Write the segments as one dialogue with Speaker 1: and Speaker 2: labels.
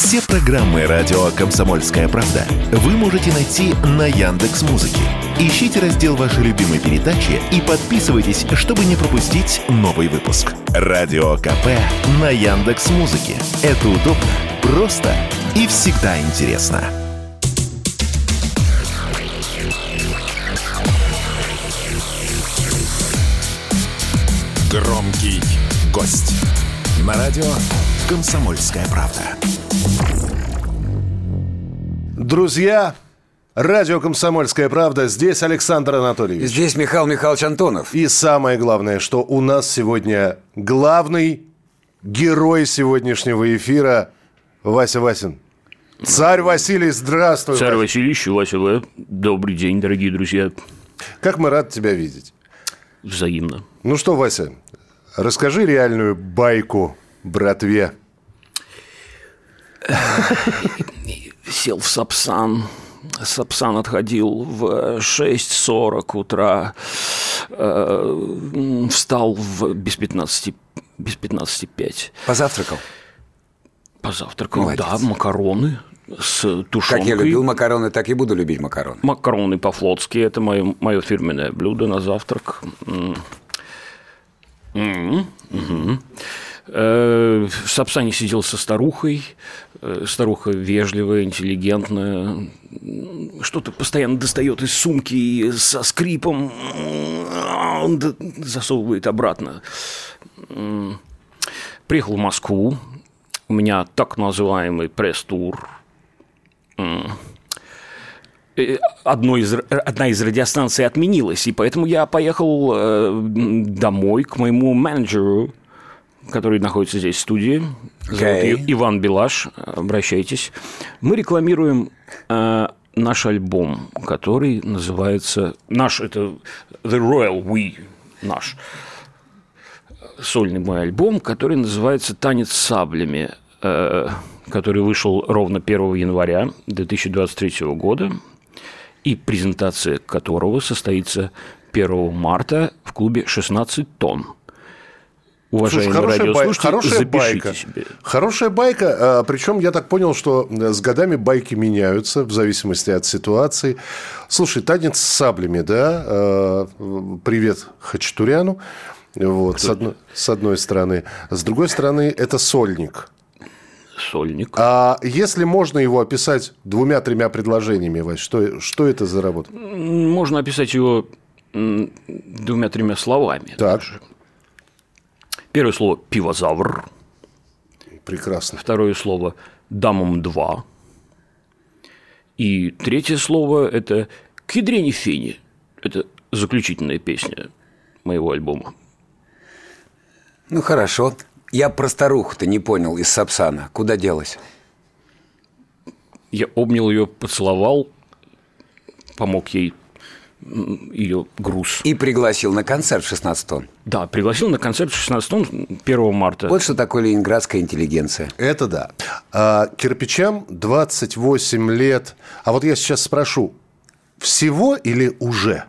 Speaker 1: Все программы радио «Комсомольская правда» вы можете найти на Яндекс.Музыке. Ищите раздел вашей любимой передачи и подписывайтесь, чтобы не пропустить новый выпуск. Радио КП на Яндекс.Музыке. Это удобно, просто и всегда интересно. Громкий гость. На радио «Комсомольская правда».
Speaker 2: Друзья, радио «Комсомольская правда». Здесь Александр Анатольевич.
Speaker 3: Здесь Михаил Михайлович Антонов.
Speaker 2: И самое главное, что у нас сегодня главный герой сегодняшнего эфира Вася Васин. Царь Василий, здравствуй.
Speaker 4: Царь Василий, Вася В. Добрый день, дорогие друзья.
Speaker 2: Как мы рады тебя видеть.
Speaker 4: Взаимно.
Speaker 2: Ну что, Вася, расскажи реальную байку братве.
Speaker 4: Сел в Сапсан. Сапсан отходил в 6:40 утра. Встал без 15:05.
Speaker 3: Позавтракал?
Speaker 4: Позавтракал,
Speaker 3: Молодец.
Speaker 4: да, макароны с тушенкой.
Speaker 3: Как я любил макароны, так и буду любить макароны.
Speaker 4: Макароны по-флотски. Это мое фирменное блюдо на завтрак. В Сапсане сидел со старухой. Старуха вежливая, интеллигентная. Что-то постоянно достает из сумки и со скрипом засовывает обратно. Приехал в Москву. У меня так называемый пресс-тур. Одна из радиостанций отменилась, и поэтому я поехал домой к моему менеджеру, который находится здесь в студии. Зовут Иван Белаш. Обращайтесь. Мы рекламируем наш альбом, который называется... Наш – это The Royal We. Наш. Сольный мой альбом, который называется «Танец с саблями», который вышел ровно 1 января 2023 года, и презентация которого состоится 1 марта в клубе «16 тонн». Уважаемые радиослушатели, запишите себе.
Speaker 2: Хорошая байка, причем я так понял, что с годами байки меняются в зависимости от ситуации. Слушай, «Танец с саблями», да? Привет Хачатуряну. Вот, с одной стороны. С другой стороны, это сольник.
Speaker 4: Сольник.
Speaker 2: А если можно его описать 2-3 предложениями, Вась, что это за работа?
Speaker 4: Можно описать его 2-3 словами.
Speaker 2: Так.
Speaker 4: Даже. Первое слово «пивозавр».
Speaker 2: Прекрасно.
Speaker 4: Второе слово «дамом-2». И третье слово – это «кедрени-фени». Это заключительная песня моего альбома.
Speaker 3: Ну, хорошо. Я про старуху-то не понял из Сапсана. Куда делась?
Speaker 4: Я обнял ее, поцеловал, помог ей ее груз.
Speaker 3: И пригласил на концерт в 16 тонн.
Speaker 4: Да, пригласил на концерт в 16 тонн 1 марта.
Speaker 3: Вот что такое ленинградская интеллигенция.
Speaker 2: Это да. Кирпичам 28 лет. А вот я сейчас спрошу, всего или уже?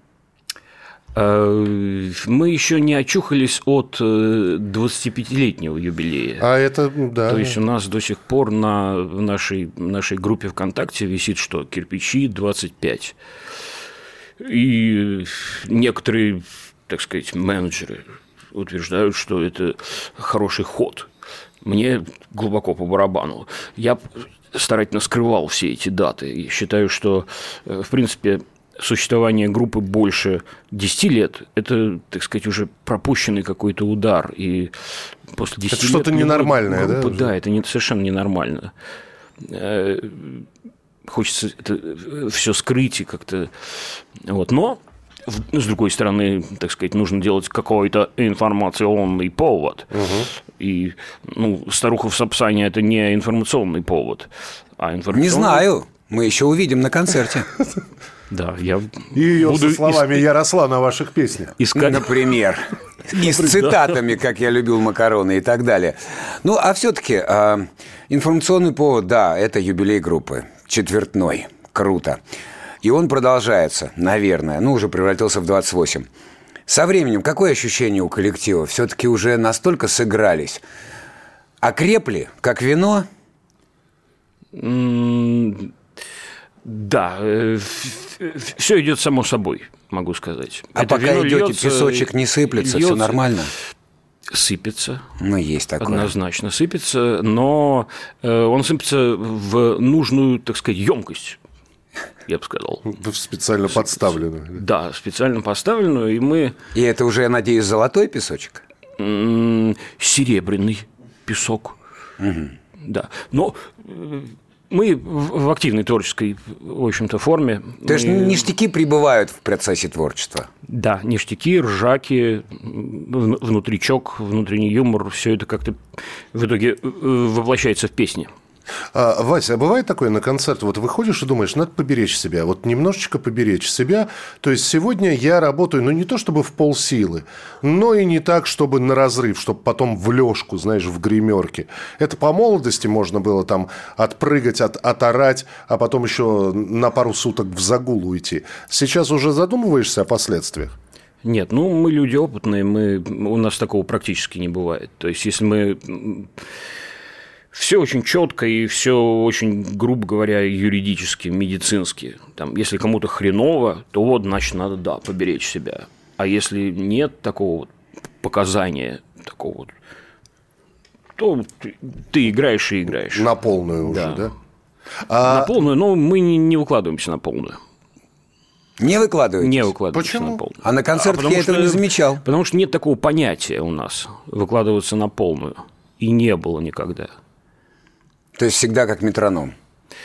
Speaker 4: Мы еще не очухались от 25-летнего юбилея.
Speaker 2: А это, да.
Speaker 4: То есть у нас до сих пор в нашей группе ВКонтакте висит, что кирпичи 25. И некоторые, так сказать, менеджеры утверждают, что это хороший ход. Мне глубоко по барабану. Я старательно скрывал все эти даты. И считаю, что, в принципе, существование группы больше 10 лет – это, так сказать, уже пропущенный какой-то удар. И после 10
Speaker 2: это что-то ненормальное,
Speaker 4: группы,
Speaker 2: да?
Speaker 4: Да, это совершенно ненормально. Хочется это все скрыть и как-то... Вот. Но, с другой стороны, так сказать, нужно делать какой-то информационный повод. И старуха в Сапсане – это не информационный повод, а информационный...
Speaker 3: Не знаю. Мы еще увидим на концерте.
Speaker 4: Да, я
Speaker 2: И ее
Speaker 4: буду
Speaker 2: со словами «Я росла на ваших песнях».
Speaker 4: искать...
Speaker 3: Например. И с цитатами, как я любил макароны и так далее. Ну, а все-таки информационный повод, да, это юбилей группы. Четвертной. Круто. И он продолжается, наверное. Уже превратился в 28. Со временем какое ощущение у коллектива? Все-таки уже настолько сыгрались. Окрепли, как вино?
Speaker 4: Да, все идет само собой, могу сказать.
Speaker 3: А
Speaker 4: это
Speaker 3: пока идете, песочек не сыплется, все нормально?
Speaker 4: Сыпется.
Speaker 3: Ну, есть такое.
Speaker 4: Однозначно сыпется, но он сыпется в нужную, так сказать, емкость, я бы сказал.
Speaker 2: Специально подставленную.
Speaker 4: Да, специально поставленную, и мы...
Speaker 3: И это уже, я надеюсь, золотой песочек?
Speaker 4: Серебряный песок. Да, но... Мы в активной творческой, в общем-то, форме.
Speaker 3: То есть ништяки прибывают в процессе творчества?
Speaker 4: Да, ништяки, ржаки, внутричок, внутренний юмор, все это как-то в итоге воплощается в песни.
Speaker 2: Вася, а бывает такое на концерт, вот выходишь и думаешь, надо поберечь себя, вот немножечко поберечь себя, то есть сегодня я работаю, ну не то чтобы в полсилы, но и не так, чтобы на разрыв, чтобы потом в лёжку, знаешь, в гримерке. Это по молодости можно было там отпрыгать, оторать, а потом еще на пару суток в загул уйти. Сейчас уже задумываешься о последствиях?
Speaker 4: Нет, ну мы люди опытные, у нас такого практически не бывает. То есть если мы... Все очень четко и все очень, грубо говоря, юридически, медицински. Там, если кому-то хреново, то вот, значит, надо, да, поберечь себя. А если нет такого вот показания, такого вот, то ты играешь и играешь.
Speaker 2: На полную уже, да?
Speaker 4: На полную, но мы не выкладываемся на полную.
Speaker 3: Не выкладываетесь?
Speaker 4: Не выкладываемся
Speaker 2: Почему?
Speaker 4: на полную.
Speaker 3: А на концертах я этого не замечал.
Speaker 4: Потому что нет такого понятия у нас выкладываться на полную. И не было никогда.
Speaker 3: То есть всегда как метроном?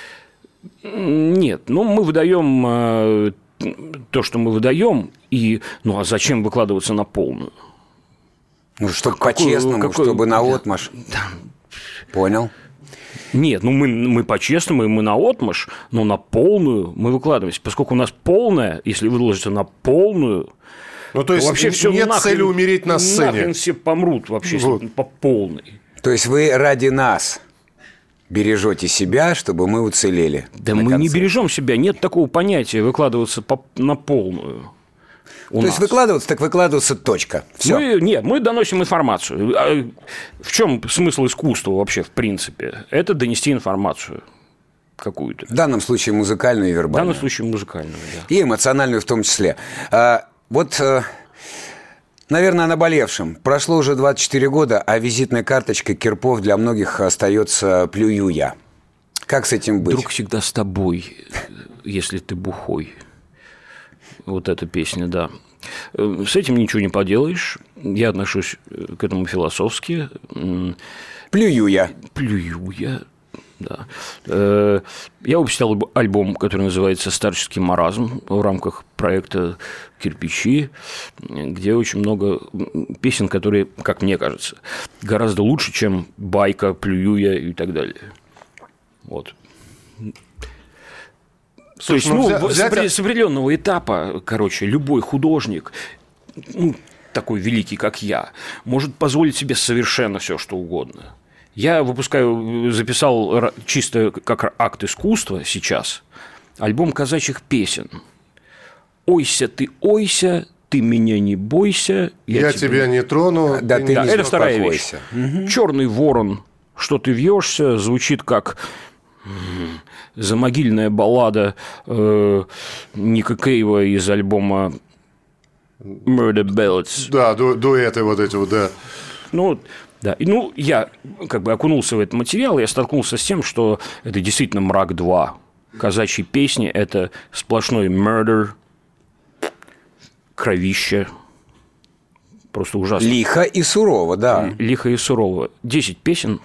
Speaker 4: Нет, ну мы выдаем то, что мы выдаем, и ну а зачем выкладываться на полную?
Speaker 3: Ну, чтобы по-честному, чтобы наотмашь.
Speaker 4: Да.
Speaker 3: Понял.
Speaker 4: Нет, ну мы по-честному, и мы наотмашь, но на полную мы выкладываемся. Поскольку у нас полная, если выложиться на полную,
Speaker 2: ну, то есть
Speaker 4: вообще все
Speaker 2: нет цели умереть на сцене.
Speaker 4: Нахрен все помрут вообще вот. По полной.
Speaker 3: То есть вы ради нас бережете себя, чтобы мы уцелели?
Speaker 4: Да мы не бережем себя, нет такого понятия выкладываться на полную.
Speaker 3: То есть выкладываться, так выкладываться, точка. Все.
Speaker 4: Мы доносим информацию. В чем смысл искусства вообще, в принципе? Это донести информацию какую-то.
Speaker 3: В данном случае музыкальную и вербальную.
Speaker 4: В данном случае музыкальную, да.
Speaker 3: И эмоциональную в том числе. Наверное, о наболевшем. Прошло уже 24 года, а визитная карточка Кирпов для многих остается «Плюю я». Как с этим быть?
Speaker 4: Друг всегда с тобой, если ты бухой. Вот эта песня, да. С этим ничего не поделаешь. Я отношусь к этому философски.
Speaker 3: «Плюю я».
Speaker 4: «Плюю я». Да. Я выпустил альбом, который называется «Старческий маразм» в рамках проекта «Кирпичи», где очень много песен, которые, как мне кажется, гораздо лучше, чем «Байка», «Плюю я» и так далее. Вот. То есть, с определенного этапа, короче, любой художник, такой великий, как я, может позволить себе совершенно все, что угодно. Я записал чисто как акт искусства сейчас альбом казачьих песен. «Ойся, ты меня не бойся».
Speaker 2: Я тебя не трону.
Speaker 3: Да, ты
Speaker 4: это вторая вещь. «Черный ворон, что ты вьешься», звучит как замогильная баллада Ника Кейва из альбома «Murder Ballads».
Speaker 2: Да, дуэты вот эти вот, да.
Speaker 4: Да, я как бы окунулся в этот материал, я столкнулся с тем, что это действительно «Мрак 2». Казачьи песни – это сплошной murder, кровище, просто ужасно.
Speaker 3: Лихо и сурово, да.
Speaker 4: Лихо и сурово. 10 песен.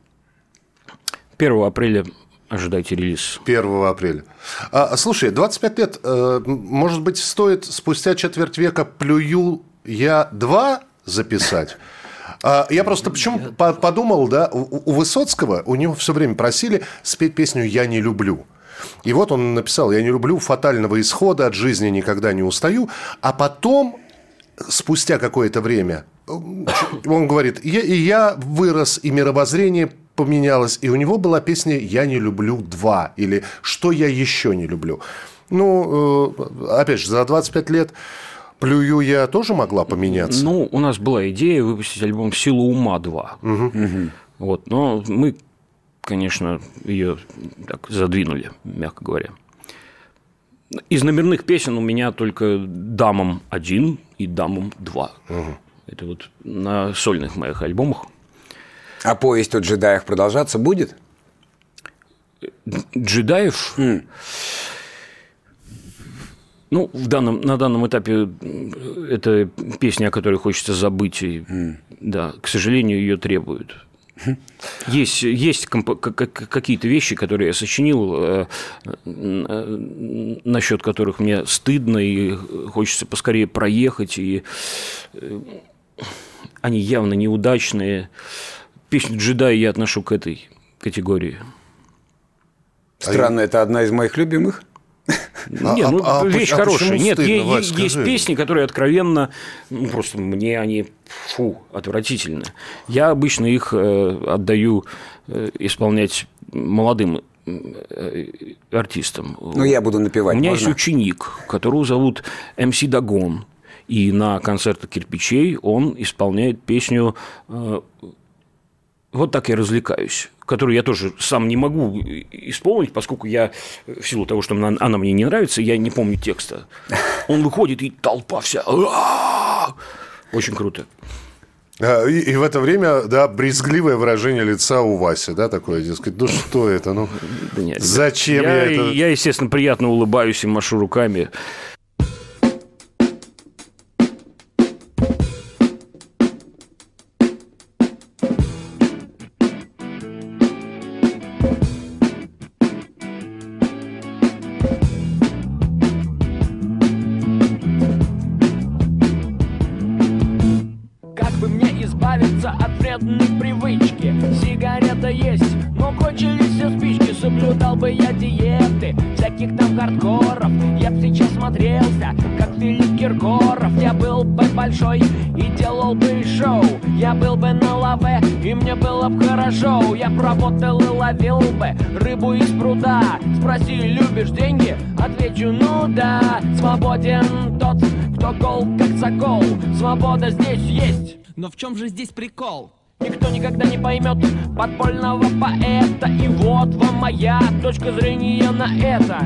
Speaker 4: 1 апреля ожидайте релиз.
Speaker 2: 1 апреля. Слушай, 25 лет, может быть, стоит спустя четверть века «Плюю я 2» записать? Я просто почему подумал, да, у Высоцкого, у него все время просили спеть песню «Я не люблю». И вот он написал «Я не люблю фатального исхода, от жизни никогда не устаю». А потом, спустя какое-то время, он говорит, я вырос, и мировоззрение поменялось, и у него была песня «Я не люблю 2» или «Что я еще не люблю». Опять же, за 25 лет... «Плюю я» тоже могла поменяться?
Speaker 4: У нас была идея выпустить альбом «Сила ума 2». Вот, но мы конечно, ее так задвинули, мягко говоря. Из номерных песен у меня только «Дамам-1» и «Дамам-2». Это вот на сольных моих альбомах.
Speaker 3: А повесть о джедаях продолжаться будет?
Speaker 4: Джедаев? Ну, на данном этапе это песня, о которой хочется забыть. И, да, к сожалению, ее требуют. Есть какие-то вещи, которые я сочинил, насчет которых мне стыдно, и хочется поскорее проехать, и они явно неудачные. Песню «Джедай» я отношу к этой категории.
Speaker 3: Странно, это одна из моих любимых.
Speaker 4: Нет, вещь хорошая. Нет, есть песни, которые откровенно, просто мне они, отвратительны. Я обычно их отдаю исполнять молодым артистам.
Speaker 3: Ну, я буду напевать.
Speaker 4: У меня есть ученик, которого зовут МС Дагон, и на концертах «Кирпичей» он исполняет песню «Вот так я развлекаюсь», которую я тоже сам не могу исполнить, поскольку я, в силу того, что она мне не нравится, я не помню текста. Он выходит, и толпа вся. Очень круто.
Speaker 2: И в это время, да, брезгливое выражение лица у Васи, да, такое, дескать, ну что это, ну
Speaker 4: да нет,
Speaker 2: зачем я это...
Speaker 4: Я, естественно, приятно улыбаюсь и машу руками.
Speaker 5: От вредной привычки. Сигарета есть, но кончились все спички. Соблюдал бы я диеты всяких там хардкоров. Я б сейчас смотрелся, как Филипп Киркоров. Я был бы большой и делал бы шоу. Я был бы на лаве, и мне было бы хорошо. Я б работал и ловил бы рыбу из пруда. Спроси, любишь деньги? Отвечу, ну да. Свободен тот, кто гол, как сокол. Свобода здесь есть. Но в чем же здесь прикол? Никто никогда не поймет подпольного поэта. И вот вам моя точка зрения на это.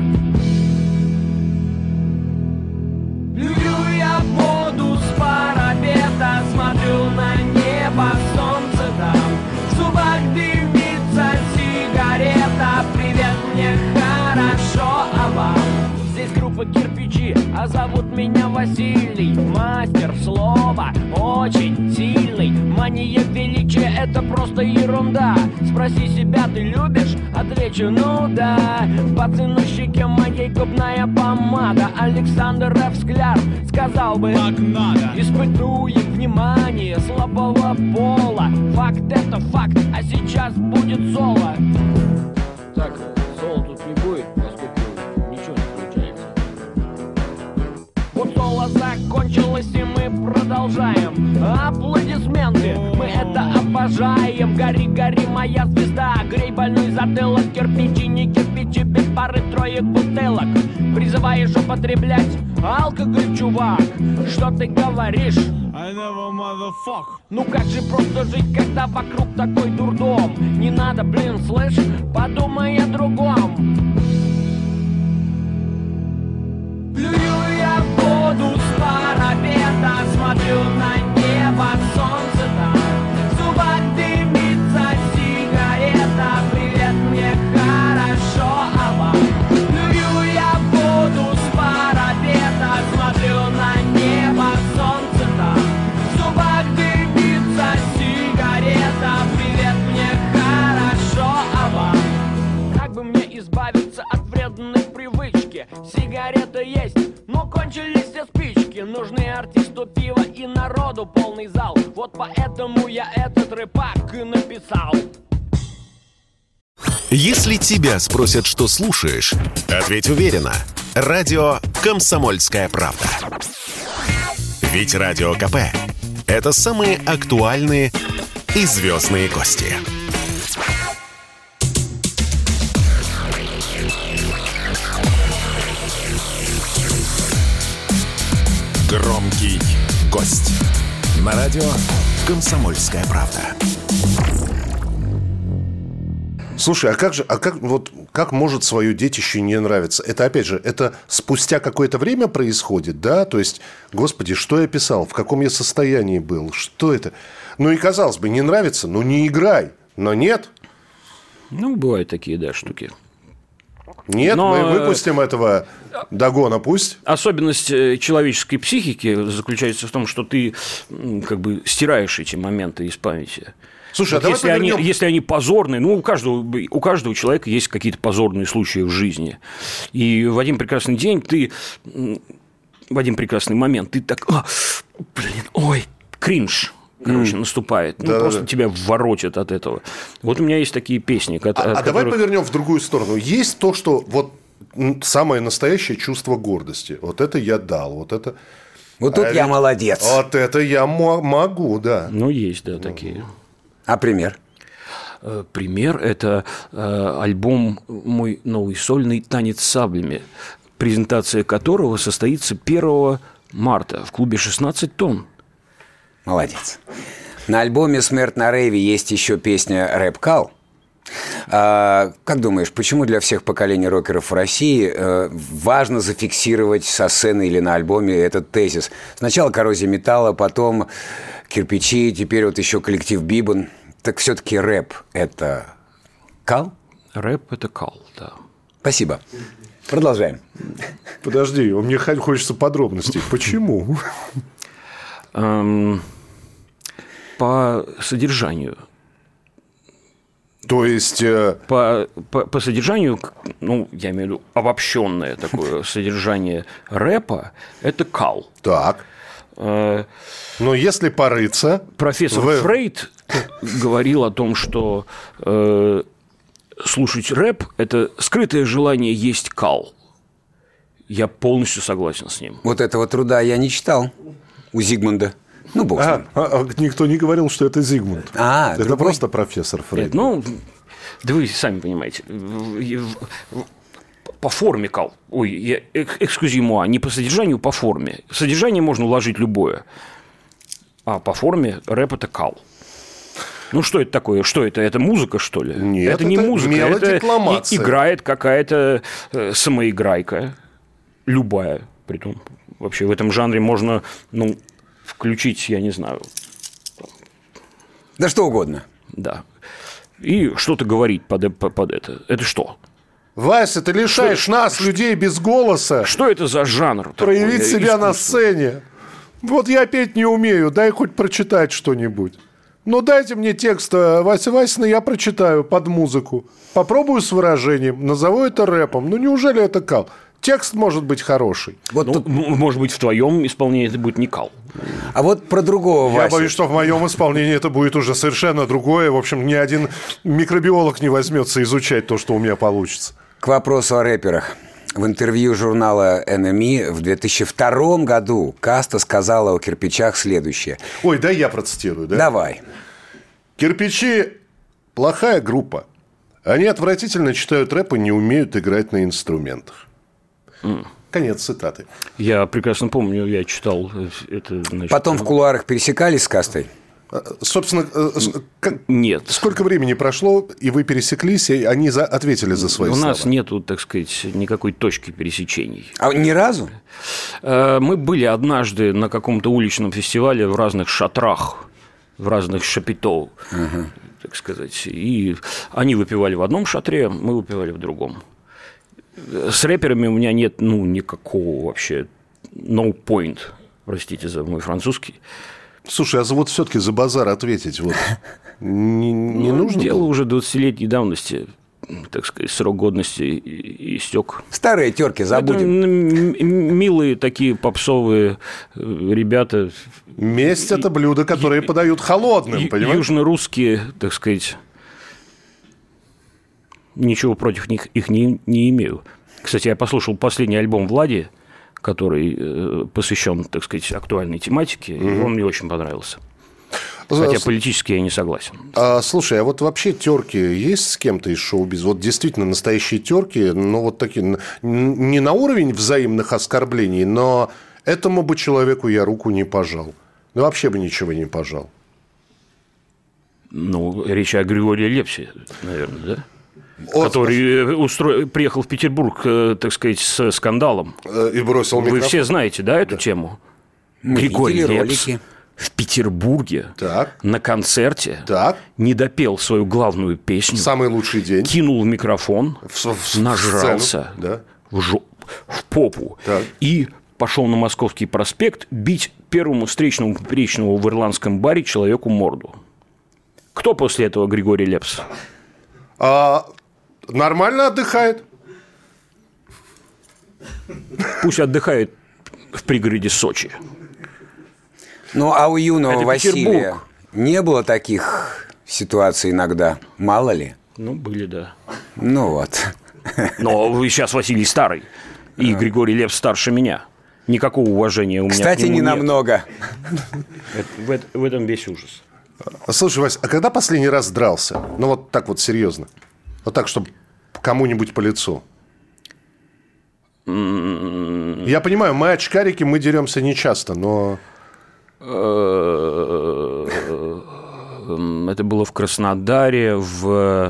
Speaker 5: Плюю я в воду с парапета, смотрю на небо, солнце там. В зубах дымится сигарета. Привет, мне хорошо, а вам? Здесь группа «Кирпичи», а зовут меня Василий. Мастер слова, очень сильный. Мания величия — это просто ерунда. Спроси себя, ты любишь? Отвечу, ну да. Пацан на щеке моей губная помада. Александр Ф. Скляр сказал бы так надо. Испытуем внимание слабого пола. Факт — это факт, а сейчас будет соло. Так, соло тут не будет, поскольку ничего не получается. Вот соло закончилось, и мы продолжаем. Аплодисменты, мы это обожаем. Гори, гори, моя звезда, грей больной затылок. Кирпичи, не кирпичи, без пары троек бутылок. Призываешь употреблять алкоголь, чувак. Что ты говоришь? I never motherfuck. Ну как же просто жить, когда вокруг такой дурдом? Не надо, блин, слышь, подумай о другом. Плюю я в воду с парапета, смотрю на небо, солнце там. В зубах дымится сигарета. Привет, мне хорошо, а вам? Плюю я в воду с парапета, смотрю на небо, солнце там. В зубах дымится сигарета. Привет, мне хорошо, а вам? Как бы мне избавиться от вредной привычки? Сигарета есть, но кончились все спички. Нужны артисту пиво и народу полный зал. Вот поэтому я этот рэпак и написал.
Speaker 1: Если тебя спросят, что слушаешь, ответь уверенно. Радио «Комсомольская правда». Ведь Радио КП – это самые актуальные и звездные гости. Громкий гость. На радио «Комсомольская правда».
Speaker 2: Слушай, как может свое детище не нравиться? Это, опять же, это спустя какое-то время происходит, да? То есть, господи, что я писал, в каком я состоянии был, что это? Ну и, казалось бы, не нравится, ну не играй. Но нет.
Speaker 4: Ну, бывают такие, да, штуки.
Speaker 2: Нет, но мы выпустим этого догона, пусть.
Speaker 4: Особенность человеческой психики заключается в том, что ты как бы стираешь эти моменты из памяти.
Speaker 2: Слушай,
Speaker 4: вот если они позорные, ну, у каждого человека есть какие-то позорные случаи в жизни. И в один прекрасный день в один прекрасный момент ты так, кринж. Наступает. Просто тебя воротит от этого. Вот у меня есть такие песни.
Speaker 2: Давай повернем в другую сторону. Есть то, что вот самое настоящее чувство гордости. Вот это я дал, вот это...
Speaker 3: Вот тут я молодец.
Speaker 2: Вот это я могу, да.
Speaker 4: Ну, есть, да, такие.
Speaker 3: А пример?
Speaker 4: Пример – это альбом мой новый сольный «Танец с саблями», презентация которого состоится 1 марта в клубе «16 тонн».
Speaker 3: Молодец. На альбоме «Смерть на рейве» есть еще песня «Рэп Кал». Как думаешь, почему для всех поколений рокеров в России важно зафиксировать со сцены или на альбоме этот тезис? Сначала «Коррозия металла», потом «Кирпичи», теперь вот еще коллектив «Бибан». Так все-таки рэп – это кал?
Speaker 4: Рэп – это кал, да.
Speaker 3: Спасибо. Продолжаем.
Speaker 2: Подожди, мне хочется подробностей. Почему?
Speaker 4: По содержанию.
Speaker 2: То есть...
Speaker 4: По содержанию, ну, я имею в виду обобщенное такое содержание рэпа, это кал.
Speaker 2: Так. Но если порыться...
Speaker 4: Профессор Фрейд говорил о том, что слушать рэп – это скрытое желание есть кал. Я полностью согласен с ним.
Speaker 3: Вот этого труда я не читал. У Зигмунда. Ну, бог с ним.
Speaker 2: Никто не говорил, что это Зигмунд. Это
Speaker 3: другой?
Speaker 2: просто профессор Фрейд.
Speaker 4: Нет, да вы сами понимаете. По форме кал. Экскюзи-муа, не по содержанию, по форме. Содержание можно уложить любое. А по форме рэп – это кал. Ну, что это такое? Что это? Это музыка, что ли?
Speaker 2: Нет,
Speaker 4: это не музыка. Это
Speaker 2: декламация.
Speaker 4: Играет какая-то самоиграйка. Любая. Притом вообще в этом жанре можно, включить, я не знаю.
Speaker 3: Да что угодно.
Speaker 4: Да. И что-то говорить под это. Это что?
Speaker 2: Вася, ты лишаешь нас, людей без голоса.
Speaker 4: Что это за жанр?
Speaker 2: Проявить себя на сцене. Вот я петь не умею, дай хоть прочитать что-нибудь. Ну, дайте мне текст Вася Васина, я прочитаю под музыку. Попробую с выражением, назову это рэпом. Ну, неужели это кал? Текст может быть хороший.
Speaker 4: Вот тут... Может быть, в твоем исполнении это будет не кал.
Speaker 3: А вот про другого Васю.
Speaker 2: Я боюсь, что в моем исполнении это будет уже совершенно другое. В общем, ни один микробиолог не возьмется изучать то, что у меня получится.
Speaker 3: К вопросу о рэперах. В интервью журнала NME в 2002 году Каста сказала о «Кирпичах» следующее.
Speaker 2: Ой, дай я процитирую, да?
Speaker 3: Давай.
Speaker 2: «Кирпичи – плохая группа. Они отвратительно читают рэп и не умеют играть на инструментах». Конец цитаты.
Speaker 4: Я прекрасно помню, я читал это.
Speaker 3: Потом в кулуарах пересекались с Кастой?
Speaker 2: Собственно,
Speaker 4: нет.
Speaker 2: Сколько времени прошло, и вы пересеклись, и они ответили за свои слова?
Speaker 4: У нас нету, так сказать, никакой точки пересечений.
Speaker 3: А ни разу?
Speaker 4: Мы были однажды на каком-то уличном фестивале в разных шатрах, в разных шапито, так сказать. И они выпивали в одном шатре, мы выпивали в другом. С рэперами у меня нет, никакого вообще no point, простите за мой французский.
Speaker 2: Слушай, а вот все-таки за базар ответить вот не нужно?
Speaker 4: Дело уже 20-летней давности, так сказать, срок годности истек.
Speaker 3: Старые терки забудем.
Speaker 4: Это милые такие попсовые ребята.
Speaker 2: Месть – это блюдо, которое подают холодным, понимаешь?
Speaker 4: Южно-русские, так сказать. Ничего против них их не имею. Кстати, я послушал последний альбом Влади, который посвящен, так сказать, актуальной тематике, и он мне очень понравился. Хотя политически я не согласен.
Speaker 2: Слушай, а вот вообще терки есть с кем-то из шоу-бизнеса? Вот действительно настоящие терки, но вот такие, не на уровень взаимных оскорблений, но этому бы человеку я руку не пожал. Ну, вообще бы ничего не пожал.
Speaker 4: Речь о Григории Лепсе, наверное, да? который приехал в Петербург, так сказать, с скандалом.
Speaker 2: И бросил микрофон.
Speaker 4: Вы все знаете, да, эту тему?
Speaker 3: Мы
Speaker 4: Григорий
Speaker 3: видели
Speaker 4: Лепс
Speaker 3: ролики.
Speaker 4: в Петербурге на концерте не допел свою главную песню.
Speaker 2: Самый лучший день.
Speaker 4: Кинул микрофон, нажрался в попу и пошел на Московский проспект бить первому встречному поперечному в ирландском баре человеку морду. Кто после этого Григорий Лепс?
Speaker 2: Нормально отдыхает.
Speaker 4: Пусть отдыхает в пригороде Сочи.
Speaker 3: Ну, а у юного
Speaker 4: Это
Speaker 3: Василия
Speaker 4: Петербург.
Speaker 3: не было таких ситуаций иногда? Мало ли?
Speaker 4: Ну, были, да.
Speaker 3: Ну вот.
Speaker 4: Но сейчас Василий старый, и Григорий Лепс старше меня. Никакого уважения у меня
Speaker 3: Кстати,
Speaker 4: к нему
Speaker 3: не
Speaker 4: нет.
Speaker 3: намного.
Speaker 4: В этом весь ужас.
Speaker 2: Слушай, Вась, а когда последний раз дрался? Ну, вот так вот серьезно. Вот так, чтобы кому-нибудь по лицу. Я понимаю, мы очкарики, мы деремся нечасто, но...
Speaker 4: Это было в Краснодаре в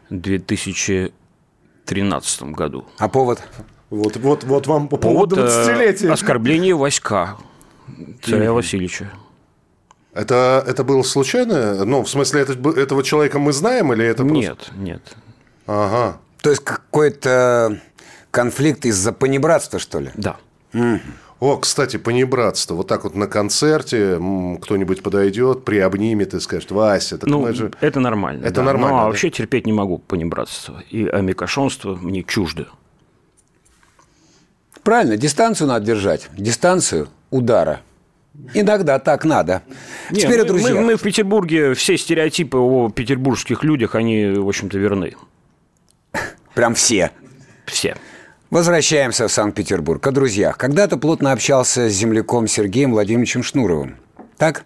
Speaker 4: 2013 году.
Speaker 3: А повод?
Speaker 2: Вот вам по поводу 20-летия.
Speaker 4: Оскорбление Васька, царя Васильевича.
Speaker 2: Это было случайно? Ну, в смысле, этого человека мы знаем или это просто...
Speaker 4: Нет.
Speaker 2: Ага.
Speaker 3: То есть какой-то конфликт из-за понебратства, что ли?
Speaker 4: Да.
Speaker 2: О, кстати, понебратство. Вот так вот на концерте кто-нибудь подойдет, приобнимет и скажет: Вася, так мы же...
Speaker 4: это нормально.
Speaker 2: Это нормально,
Speaker 4: Но
Speaker 2: да?
Speaker 4: вообще терпеть не могу понебратство. И амикошонство мне чуждо.
Speaker 3: Правильно, дистанцию надо держать. Дистанцию удара. Иногда так надо. Теперь, друзья.
Speaker 4: Мы в Петербурге, все стереотипы о петербургских людях, они, в общем-то, верны.
Speaker 3: Прям все.
Speaker 4: Все.
Speaker 3: Возвращаемся в Санкт-Петербург. О друзьях. Когда-то плотно общался с земляком Сергеем Владимировичем Шнуровым. Так?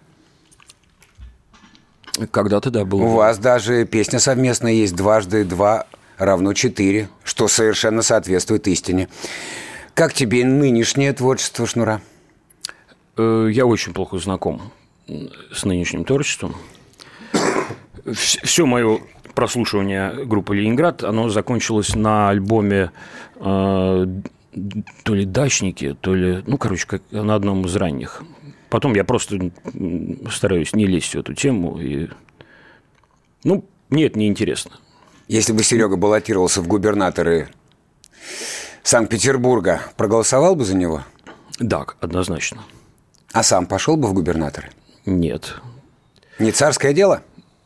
Speaker 4: Когда-то, да, было.
Speaker 3: У вас даже песня совместная есть «Дважды два равно 4», что совершенно соответствует истине. Как тебе нынешнее творчество Шнура?
Speaker 4: Я очень плохо знаком с нынешним творчеством. Все мое прослушивание группы «Ленинград», оно закончилось на альбоме то ли «Дачники», то ли... Ну, короче, как на одном из ранних. Потом я просто стараюсь не лезть в эту тему. И... Ну, мне это неинтересно.
Speaker 3: Если бы Серега баллотировался в губернаторы Санкт-Петербурга, проголосовал бы за него?
Speaker 4: Да, однозначно.
Speaker 3: А сам пошел бы в губернаторы?
Speaker 4: Нет.
Speaker 3: Не царское дело?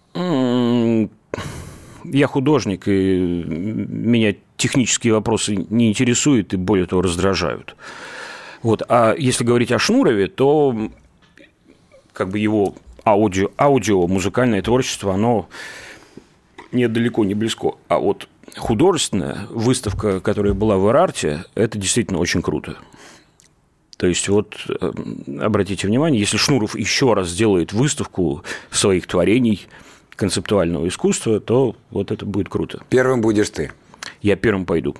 Speaker 4: Я художник, и меня технические вопросы не интересуют и, более того, раздражают. Вот. А если говорить о Шнурове, то как бы его аудио, музыкальное творчество, оно недалеко, не близко. А вот художественная выставка, которая была в Эр-Арте, это действительно очень круто. То есть, вот, обратите внимание, если Шнуров еще раз сделает выставку своих творений концептуального искусства, то вот это будет круто.
Speaker 3: Первым будешь ты.
Speaker 4: Я первым пойду.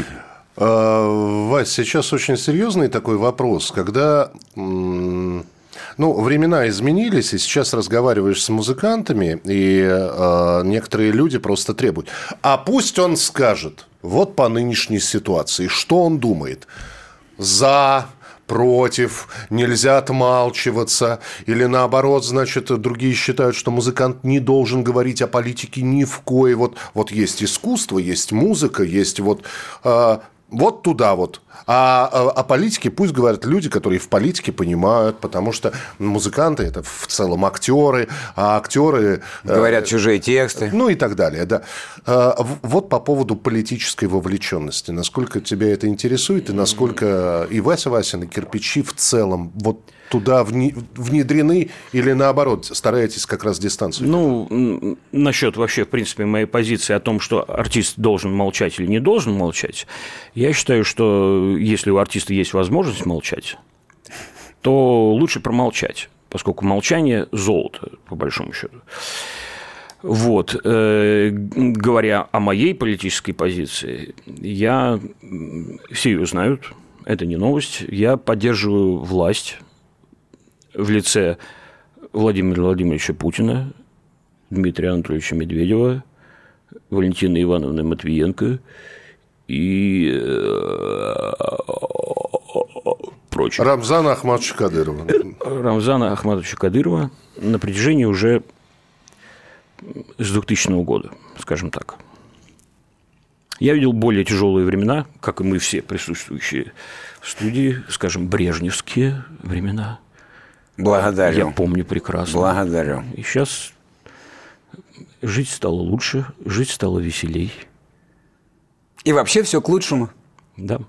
Speaker 2: Вась, сейчас очень серьезный такой вопрос, когда... Ну, времена изменились, и сейчас разговариваешь с музыкантами, и некоторые люди просто требуют. А пусть он скажет, вот по нынешней ситуации, что он думает. За, против, нельзя отмалчиваться, или наоборот, значит, другие считают, что музыкант не должен говорить о политике ни в коей. Вот есть искусство, есть музыка, есть вот туда вот. А о политике пусть говорят люди, которые в политике понимают, потому что музыканты – это в целом актеры, а актеры…
Speaker 3: Говорят чужие тексты.
Speaker 2: Ну и так далее, да. Вот по поводу политической вовлеченности. Насколько тебя это интересует, и насколько и Вася Васин, и кирпичи в целом вот туда внедрены, или наоборот, стараетесь как раз дистанцию?
Speaker 4: Ну, насчет вообще, в принципе, моей позиции о том, что артист должен молчать или не должен молчать, я считаю, что если у артиста есть возможность молчать, то лучше промолчать, поскольку молчание – золото, по большому счету. Вот. Говоря о моей политической позиции, все ее знают, это не новость, я поддерживаю власть в лице Владимира Владимировича Путина, Дмитрия Анатольевича Медведева, Валентины Ивановны Матвиенко и прочих.
Speaker 2: Рамзана Ахматовича Кадырова.
Speaker 4: Рамзана Ахматовича Кадырова на протяжении уже с 2000 года, скажем так. Я видел более тяжелые времена, как и мы все присутствующие в студии, скажем, брежневские времена.
Speaker 3: Благодарю.
Speaker 4: Я помню прекрасно.
Speaker 3: Благодарю.
Speaker 4: И сейчас жить стало лучше, жить стало веселей.
Speaker 3: И вообще все к лучшему.
Speaker 4: Да.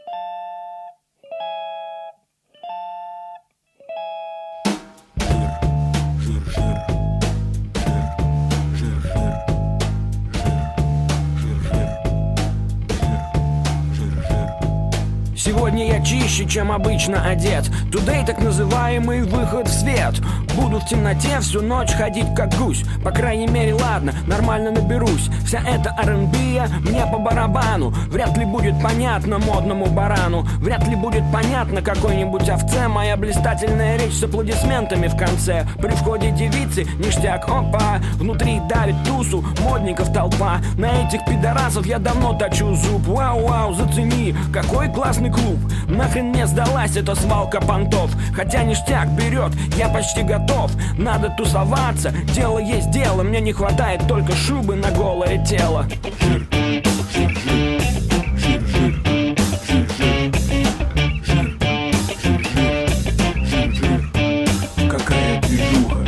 Speaker 5: Сегодня я чище, чем обычно одет. Today так называемый выход в свет. Буду в темноте всю ночь ходить как гусь. По крайней мере, ладно, нормально наберусь. Вся эта R&B мне по барабану. Вряд ли будет понятно модному барану. Вряд ли будет понятно какой-нибудь овце моя блистательная речь с аплодисментами в конце. При входе девицы ништяк, опа. Внутри давит тусу, модников толпа. На этих пидорасов я давно точу зуб. Вау-вау, зацени, какой классный клуб. Нахрен мне сдалась эта свалка понтов. Хотя ништяк берет, я почти готов. Надо тусоваться, дело есть дело. Мне не хватает только шубы на голое тело.
Speaker 6: Какая движуха.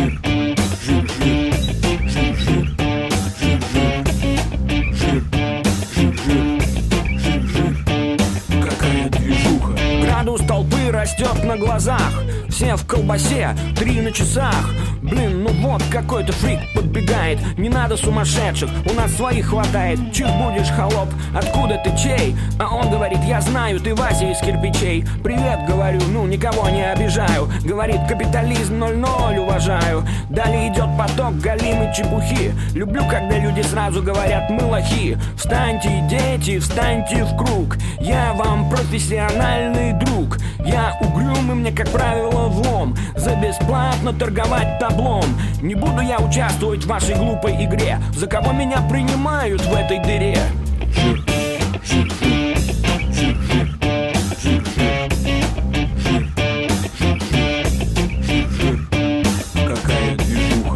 Speaker 5: Градус толпы растет на глазах. Все в колбасе, 3 на часах. Блин, ну вот какой-то фрик подбегает. Не надо сумасшедших, у нас своих хватает. Чуть будешь, холоп, откуда ты чей? А он говорит, я знаю, ты Вася из кирпичей. Привет, говорю, ну никого не обижаю. Говорит, капитализм 0-0 уважаю. Далее идет поток галимой чепухи. Люблю, когда люди сразу говорят, мы лохи. Встаньте, дети, встаньте в круг. Я вам профессиональный друг. Я угрюмый, мне, как правило, влом. За бесплатно торговать таблом. Не буду я участвовать в вашей глупой игре. За кого меня принимают в этой дыре?
Speaker 6: Какая движуха.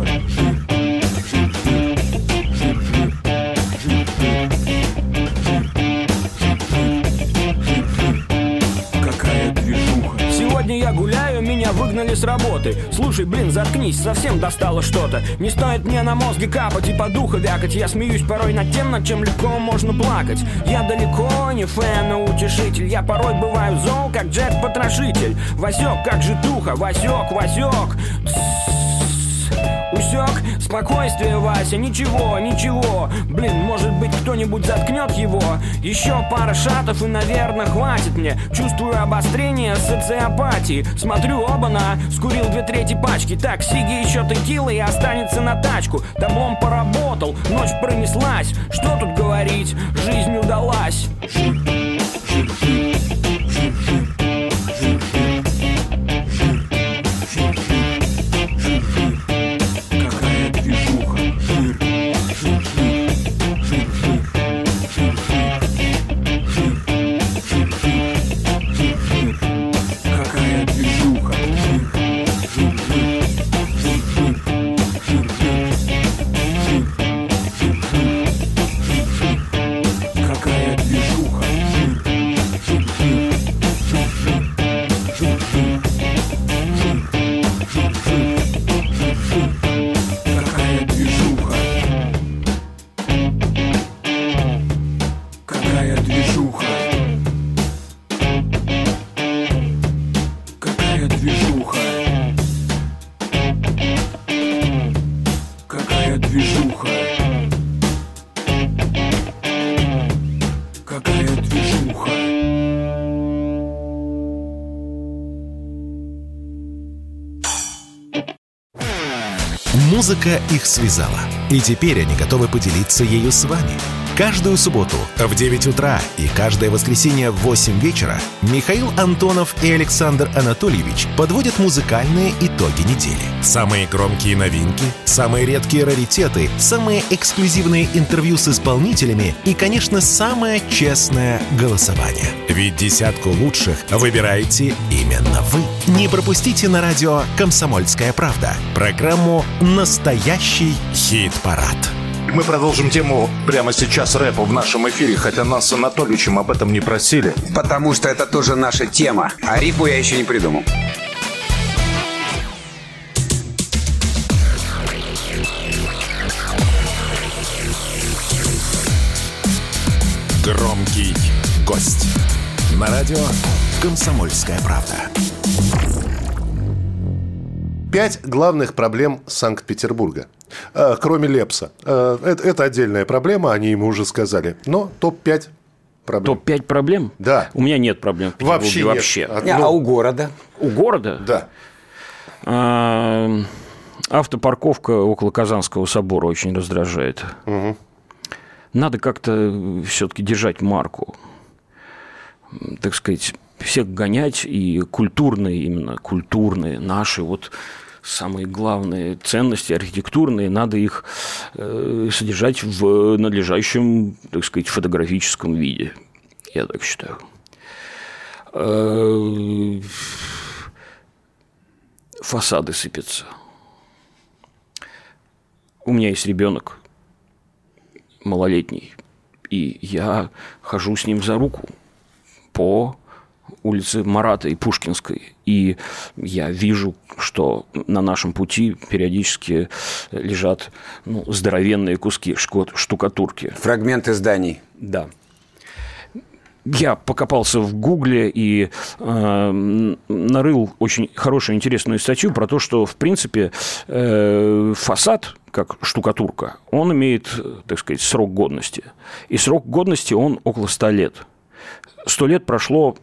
Speaker 6: Какая движуха.
Speaker 5: Сегодня я гуляю, меня выгнали с работы. Слушай, блин, заткнись, совсем достало что-то. Не стоит мне на мозги капать и по духу вякать. Я смеюсь порой над тем, над чем легко можно плакать. Я далеко не фэн, но утешитель. Я порой бываю зол, как Джек-потрошитель. Васек, как же туха, Васек, Васек. Усек, спокойствие, Вася, ничего, ничего. Блин, может быть, кто-нибудь заткнет его. Еще пара шатов и, наверное, хватит мне. Чувствую обострение социопатии. Смотрю, оба-на, скурил 2/3 пачки. Так, сиги еще текила и останется на тачку. Таблом поработал, ночь пронеслась. Что тут говорить, жизнь удалась.
Speaker 6: Какая движуха. Какая движуха. Какая движуха. Какая движуха. Какая движуха. Какая движуха. Какая движуха. Какая движуха.
Speaker 1: Музыка их связала, и теперь они готовы поделиться ею с вами. Каждую субботу в 9 утра и каждое воскресенье в 8 вечера Михаил Антонов и Александр Анатольевич подводят музыкальные итоги недели. Самые громкие новинки, самые редкие раритеты, самые эксклюзивные интервью с исполнителями и, конечно, самое честное голосование. Ведь десятку лучших выбираете именно вы. Не пропустите на радио «Комсомольская правда» программу «Настоящий хит-парад».
Speaker 7: Мы продолжим тему прямо сейчас рэпа в нашем эфире, хотя нас с Анатольевичем об этом не просили.
Speaker 3: Потому что это тоже наша тема, а рифму я еще не придумал.
Speaker 1: Громкий гость. На радио «Комсомольская правда».
Speaker 2: 5 главных проблем Санкт-Петербурга. Кроме Лепса. Это отдельная проблема, они ему уже сказали. Но топ-5 проблем.
Speaker 4: Топ-5 проблем?
Speaker 2: Да.
Speaker 4: У меня нет проблем в Петербурге вообще.
Speaker 3: А у города?
Speaker 4: У города?
Speaker 2: Да.
Speaker 4: Автопарковка около Казанского собора очень раздражает.
Speaker 2: Угу.
Speaker 4: Надо как-то все-таки держать марку. Так сказать, всех гонять и культурные, именно культурные, наши вот самые главные ценности архитектурные, надо их содержать в надлежащем, так сказать, фотографическом виде. Я так считаю. Фасады сыпятся. У меня есть ребенок малолетний, и я хожу с ним за руку по улице Марата и Пушкинской. И я вижу, что на нашем пути периодически лежат здоровенные куски штукатурки.
Speaker 3: Фрагменты зданий.
Speaker 4: Да. Я покопался в Гугле и нарыл очень хорошую, интересную статью про то, что, в принципе, фасад, как штукатурка, он имеет, так сказать, срок годности. И срок годности он около 100 лет. 100 лет прошло,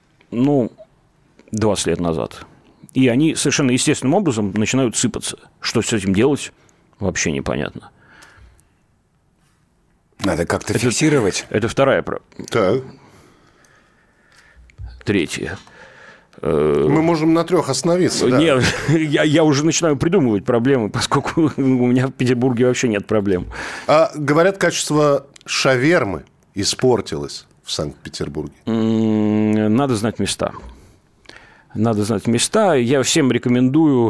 Speaker 4: 20 лет назад. И они совершенно естественным образом начинают сыпаться. Что с этим делать, вообще непонятно.
Speaker 3: Надо как-то фиксировать.
Speaker 4: Это вторая проблема.
Speaker 2: Так.
Speaker 4: Третья.
Speaker 2: Мы можем на 3 остановиться. Да.
Speaker 4: Нет, я уже начинаю придумывать проблемы, поскольку у меня в Петербурге вообще нет проблем.
Speaker 2: Говорят, качество шавермы испортилось в Санкт-Петербурге.
Speaker 4: Надо знать места. Надо знать места. Я всем рекомендую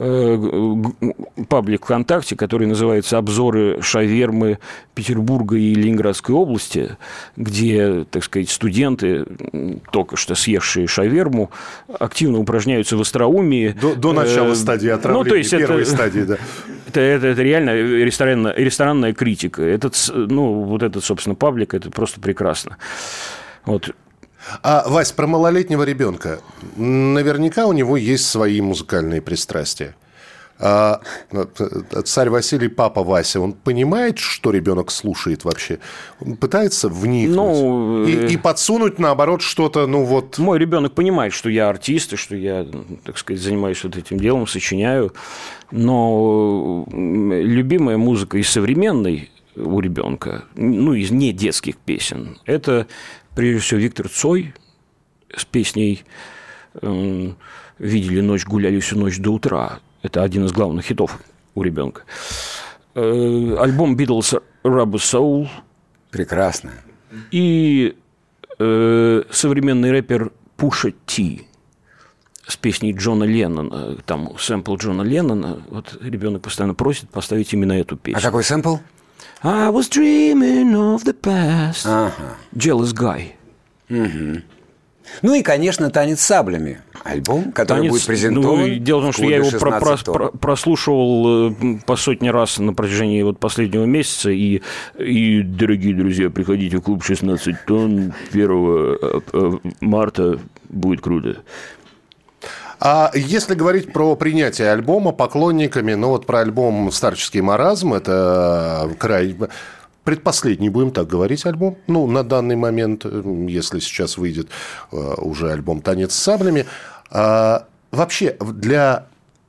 Speaker 4: паблик ВКонтакте, который называется «Обзоры шавермы Петербурга и Ленинградской области», где, так сказать, студенты, только что съевшие шаверму, активно упражняются в остроумии.
Speaker 2: До начала стадии отравления, первой стадии, да.
Speaker 4: Это реально ресторанная критика. Этот, собственно, паблик, это просто прекрасно. Вот.
Speaker 2: Вась, про малолетнего ребенка. Наверняка у него есть свои музыкальные пристрастия. Царь Василий, папа Вася, он понимает, что ребенок слушает вообще? Он пытается вникнуть и подсунуть, наоборот, что-то, Мой
Speaker 4: ребенок понимает, что я артист, и что я, так сказать, занимаюсь вот этим делом, сочиняю. Но любимая музыка из современной у ребенка, из не детских песен, это... Прежде всего, Виктор Цой с песней «Видели ночь, гуляли всю ночь до утра». Это один из главных хитов у ребенка. Альбом Beatles «Rubber Soul».
Speaker 3: Прекрасно.
Speaker 4: И современный рэпер Пуша Ти с песней Джона Леннона. Там сэмпл Джона Леннона. Вот ребенок постоянно просит поставить именно эту песню.
Speaker 3: А какой сэмпл?
Speaker 4: I was dreaming of the past.
Speaker 3: Ага.
Speaker 4: Jealous Guy.
Speaker 3: Угу. И, конечно, «Танец с саблями». Альбом, который будет презентован.
Speaker 4: Дело в том, что я его прослушивал по сотне раз на протяжении последнего месяца. И, дорогие друзья, приходите в клуб 16 тонн 1 марта. Будет круто.
Speaker 2: А если говорить про принятие альбома поклонниками, про альбом «Старческий маразм», это предпоследний, будем так говорить, альбом, на данный момент, если сейчас выйдет уже альбом «Танец с саблями». Вообще, для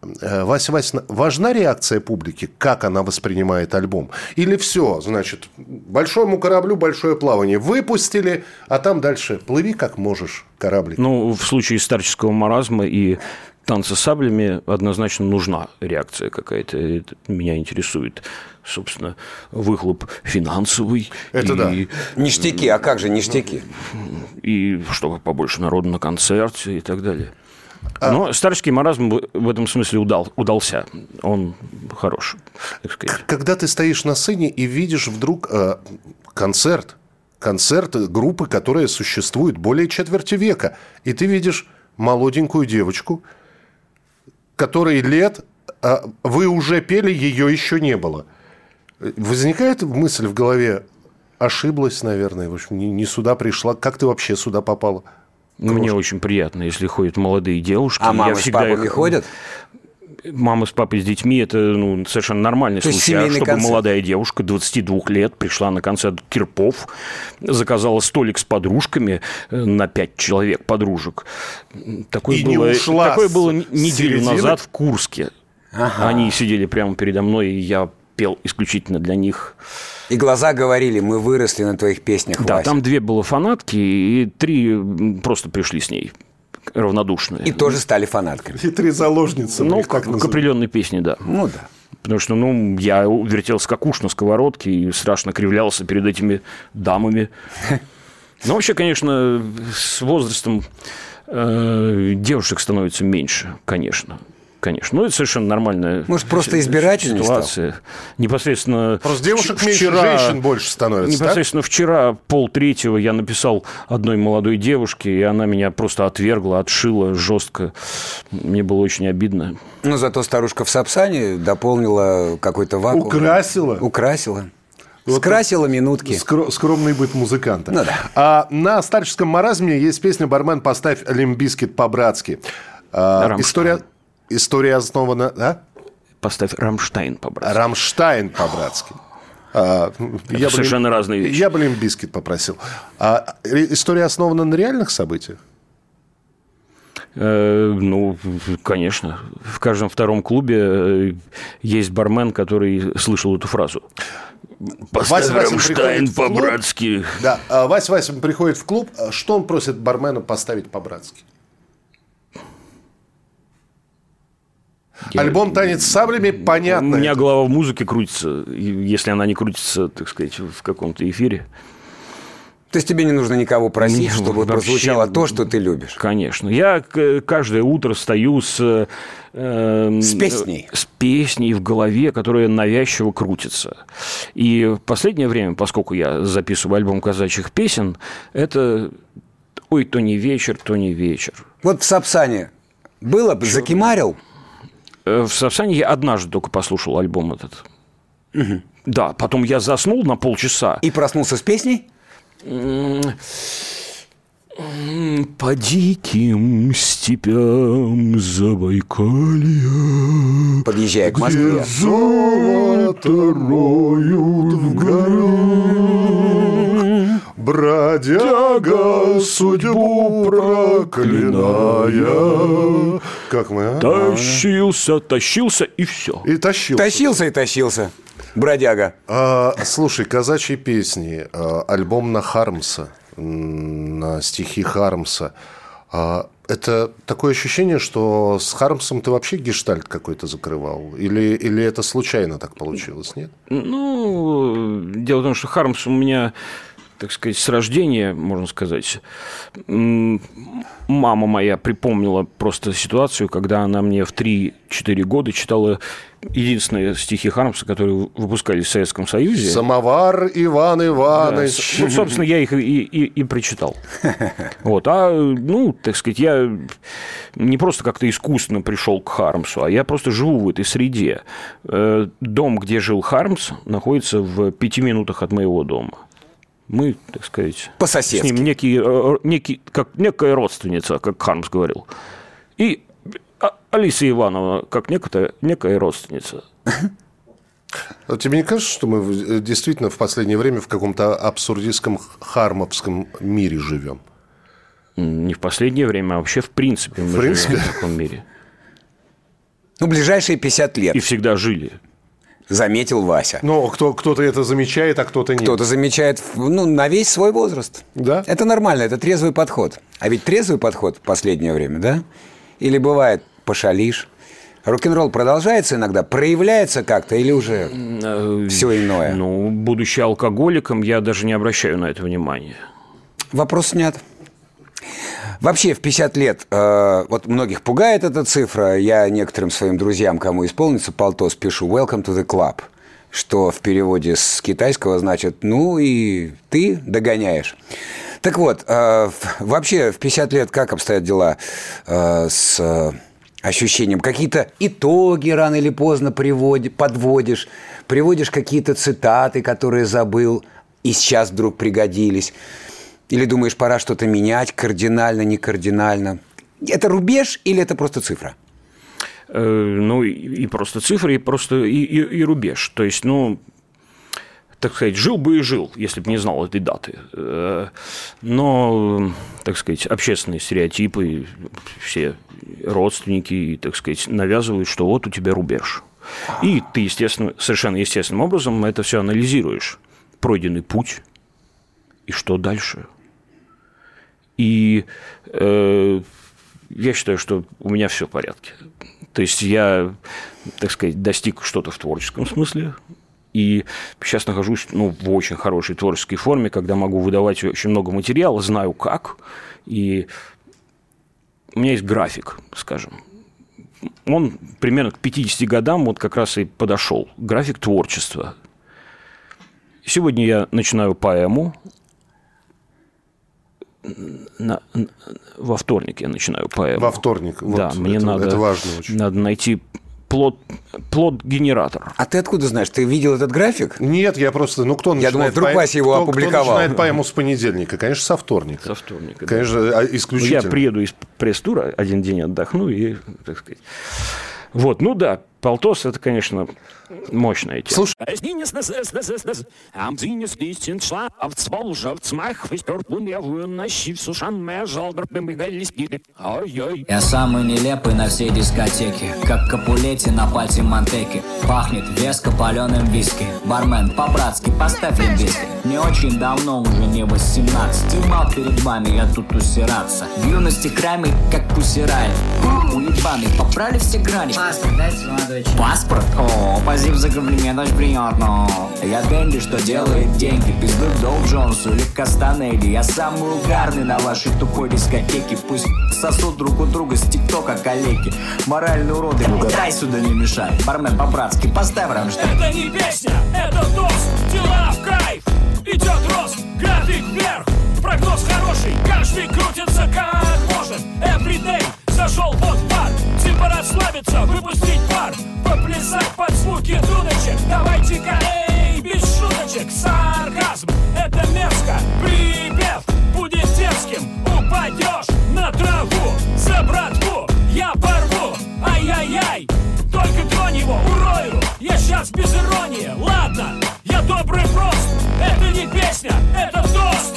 Speaker 2: Вася Васина, важна реакция публики, как она воспринимает альбом? Или все, значит, большому кораблю большое плавание выпустили, а там дальше плыви как можешь, кораблик?
Speaker 4: Ну, в случае старческого маразма и танца с саблями однозначно нужна реакция какая-то. Это меня интересует, собственно, выхлоп финансовый.
Speaker 2: Это да.
Speaker 3: Ништяки, а как же ништяки?
Speaker 4: И чтобы побольше народу на концерте и так далее. Но старческий маразм в этом смысле удался. Он хорош, так сказать.
Speaker 2: Когда ты стоишь на сцене и видишь вдруг концерт группы, которая существует более четверти века, и ты видишь молоденькую девочку, которой лет, вы уже пели, ее еще не было. Возникает мысль в голове, ошиблась, наверное, в общем, не сюда пришла. Как ты вообще сюда попала?
Speaker 4: Мне очень приятно, если ходят молодые девушки.
Speaker 3: А мамы с папами ходят?
Speaker 4: Мама с папой с детьми – это совершенно нормальный случай. А чтобы концерт. Молодая девушка 22 лет пришла на концерт Кирпов, заказала столик с подружками на 5 человек подружек. Такое было неделю назад в Курске. Ага. Они сидели прямо передо мной, и я пел исключительно для них.
Speaker 3: И глаза говорили, мы выросли на твоих песнях,
Speaker 4: Да,
Speaker 3: Вася.
Speaker 4: там 2 было фанатки, и 3 просто пришли с ней равнодушные.
Speaker 3: И тоже стали фанатками.
Speaker 2: И 3 заложницы.
Speaker 4: К определенной песне, да.
Speaker 3: Ну да.
Speaker 4: Потому что, я вертелся как уж на сковородке и страшно кривлялся перед этими дамами. Но вообще, конечно, с возрастом девушек становится меньше, конечно. Конечно. Ну, это совершенно нормальная
Speaker 3: Может, просто избирательная
Speaker 4: ситуация. Непосредственно
Speaker 2: просто девушек меньше, женщин больше становится.
Speaker 4: Непосредственно вчера, 2:30 я написал одной молодой девушке, и она меня просто отвергла, отшила жестко. Мне было очень обидно.
Speaker 3: Но зато старушка в Сапсане дополнила какой-то вакуум. Украсила. Вот скрасила минутки.
Speaker 2: Скромный быт музыканта.
Speaker 3: Ну, да.
Speaker 2: А на старческом маразме есть песня «Бармен, поставь Лимп Бизкит по-братски». История основана... А?
Speaker 4: Поставь «Рамштайн» по-братски.
Speaker 2: «Рамштайн» по-братски.
Speaker 4: Совершенно разные вещи.
Speaker 2: Я бы Лимп Бизкит попросил. История основана на реальных событиях?
Speaker 4: Конечно. В каждом втором клубе есть бармен, который слышал эту фразу. «Поставь «Рамштайн» по-братски».
Speaker 2: Да, Вася Васин приходит в клуб. Что он просит бармена поставить по-братски? Альбом «Танец с саблями», понятно.
Speaker 4: У меня голова в музыке крутится, если она не крутится, так сказать, в каком-то эфире.
Speaker 3: То есть тебе не нужно никого просить, чтобы прозвучало то, что ты любишь?
Speaker 4: Конечно. Я каждое утро встаю с
Speaker 3: песней?
Speaker 4: С песней в голове, которая навязчиво крутится. И в последнее время, поскольку я записываю альбом казачьих песен, это «Ой, то не вечер, то не вечер».
Speaker 3: Вот в Сапсане было бы, закимарил?
Speaker 4: В Сапсане я однажды только послушал альбом этот. Угу. Да, потом я заснул на полчаса.
Speaker 3: И проснулся с песней?
Speaker 4: По диким степям Забайкалья,
Speaker 3: подъезжая к Москве,
Speaker 2: где золото роют в горах, бродяга судьбу проклиная. Как мы?
Speaker 4: Тащился и все.
Speaker 2: И тащился.
Speaker 3: Тащился. Бродяга.
Speaker 2: Слушай, казачьи песни, альбом на Хармса, на стихи Хармса. Это такое ощущение, что с Хармсом ты вообще гештальт какой-то закрывал? Или это случайно так получилось, нет?
Speaker 4: Дело в том, что Хармс у меня, так сказать, с рождения, можно сказать. Мама моя припомнила просто ситуацию, когда она мне в 3-4 года читала единственные стихи Хармса, которые выпускались в Советском Союзе.
Speaker 2: «Самовар Иван Иванович».
Speaker 4: Да. Собственно, я их и прочитал. Вот. Так сказать, я не просто как-то искусственно пришел к Хармсу, а я просто живу в этой среде. Дом, где жил Хармс, находится в 5 минутах от моего дома. Мы, так сказать,
Speaker 3: по-соседски.
Speaker 4: С ним некая родственница, как Хармс говорил. И Алиса Ивановна, как некая родственница.
Speaker 2: Тебе не кажется, что мы действительно в последнее время в каком-то абсурдистском хармовском мире живем?
Speaker 4: Не в последнее время, а вообще в принципе мы живем в таком мире.
Speaker 3: Ну, ближайшие 50 лет.
Speaker 4: И всегда жили.
Speaker 3: Заметил Вася.
Speaker 2: Но кто-то это замечает, а кто-то нет.
Speaker 3: Кто-то замечает, на весь свой возраст.
Speaker 2: Да.
Speaker 3: Это нормально, это трезвый подход. А ведь трезвый подход в последнее время, да? Или бывает, пошалишь. Рок-н-ролл продолжается иногда, проявляется как-то или уже все иное?
Speaker 4: Ну, будучи алкоголиком, я даже не обращаю на это внимания.
Speaker 3: Вопрос снят. Вообще, в 50 лет, вот многих пугает эта цифра. Я некоторым своим друзьям, кому исполнится полтос, пишу «Welcome to the club», что в переводе с китайского значит «ну и ты догоняешь». Так вот, вообще в 50 лет как обстоят дела с ощущением? Какие-то итоги рано или поздно подводишь, приводишь какие-то цитаты, которые забыл и сейчас вдруг пригодились. Или думаешь, пора что-то менять кардинально, не кардинально? Это рубеж или это просто цифра?
Speaker 4: Ну, и просто цифры, и рубеж. То есть, так сказать, жил бы и жил, если бы не знал этой даты. Но, так сказать, общественные стереотипы, все родственники, так сказать, навязывают, что вот у тебя рубеж. И ты, совершенно естественным образом это все анализируешь. Пройденный путь, и что дальше? И я считаю, что у меня все в порядке. То есть я, так сказать, достиг что-то в творческом смысле. И сейчас нахожусь в очень хорошей творческой форме, когда могу выдавать очень много материала, знаю как. И у меня есть график, скажем. Он примерно к 50 годам вот как раз и подошел. График творчества. Сегодня я начинаю поэму. Во вторник я начинаю поэму.
Speaker 2: Во вторник.
Speaker 4: Да,
Speaker 2: вот
Speaker 4: мне
Speaker 2: это важно очень.
Speaker 4: Надо найти плод-генератор.
Speaker 3: А ты откуда знаешь? Ты видел этот график?
Speaker 2: Нет, я просто... кто начинает...
Speaker 3: Я думал, вдруг Вася его опубликовал.
Speaker 2: Кто начинает поэму с понедельника? Конечно, со вторника.
Speaker 4: Со вторника,
Speaker 2: конечно,
Speaker 4: да.
Speaker 2: исключительно.
Speaker 4: Я приеду из пресс-тура, один день отдохну и, так сказать... Вот, да, полтос – это, конечно, мощная тема.
Speaker 2: Слушай,
Speaker 8: я самый нелепый на всей дискотеке, как Капулетти на пальце Монтеки. Пахнет веско паленым виски. Бармен, по-братски, поставь лимбиски. Мне очень давно, уже не 18. Снимал перед вами, я тут усираться. В юности крайми, как пусирает. Уебаный, поправили все грани. Паспорт, дайте, молодой человек. Паспорт? О, спасибо за комплимент, очень приятно. Я Бенди, что делает деньги. Пизду Доу Джонсу или Кастанеди. Я самый угарный на вашей тупой дискотеке. Пусть сосут друг у друга с ТикТока коллеги. Моральные уроды, дай сюда не мешай. Бармен, по-братски, поставь Рамштайн.
Speaker 5: Это не песня, это тост. Дела в кайф, идет рост, график вверх. Прогноз хороший, каждый крутится как может. Everyday зашел под бар, типа расслабиться, выпустить пар, поплясать под звуки дудочек. Давайте-ка, без шуточек. Сарказм, это мерзко. Припев будет дерзким. Упадешь на траву, за братву я порву. Ай-яй-яй, только тронь его, урою. Я сейчас без иронии, ладно, я добрый прост. Это не песня, это тост.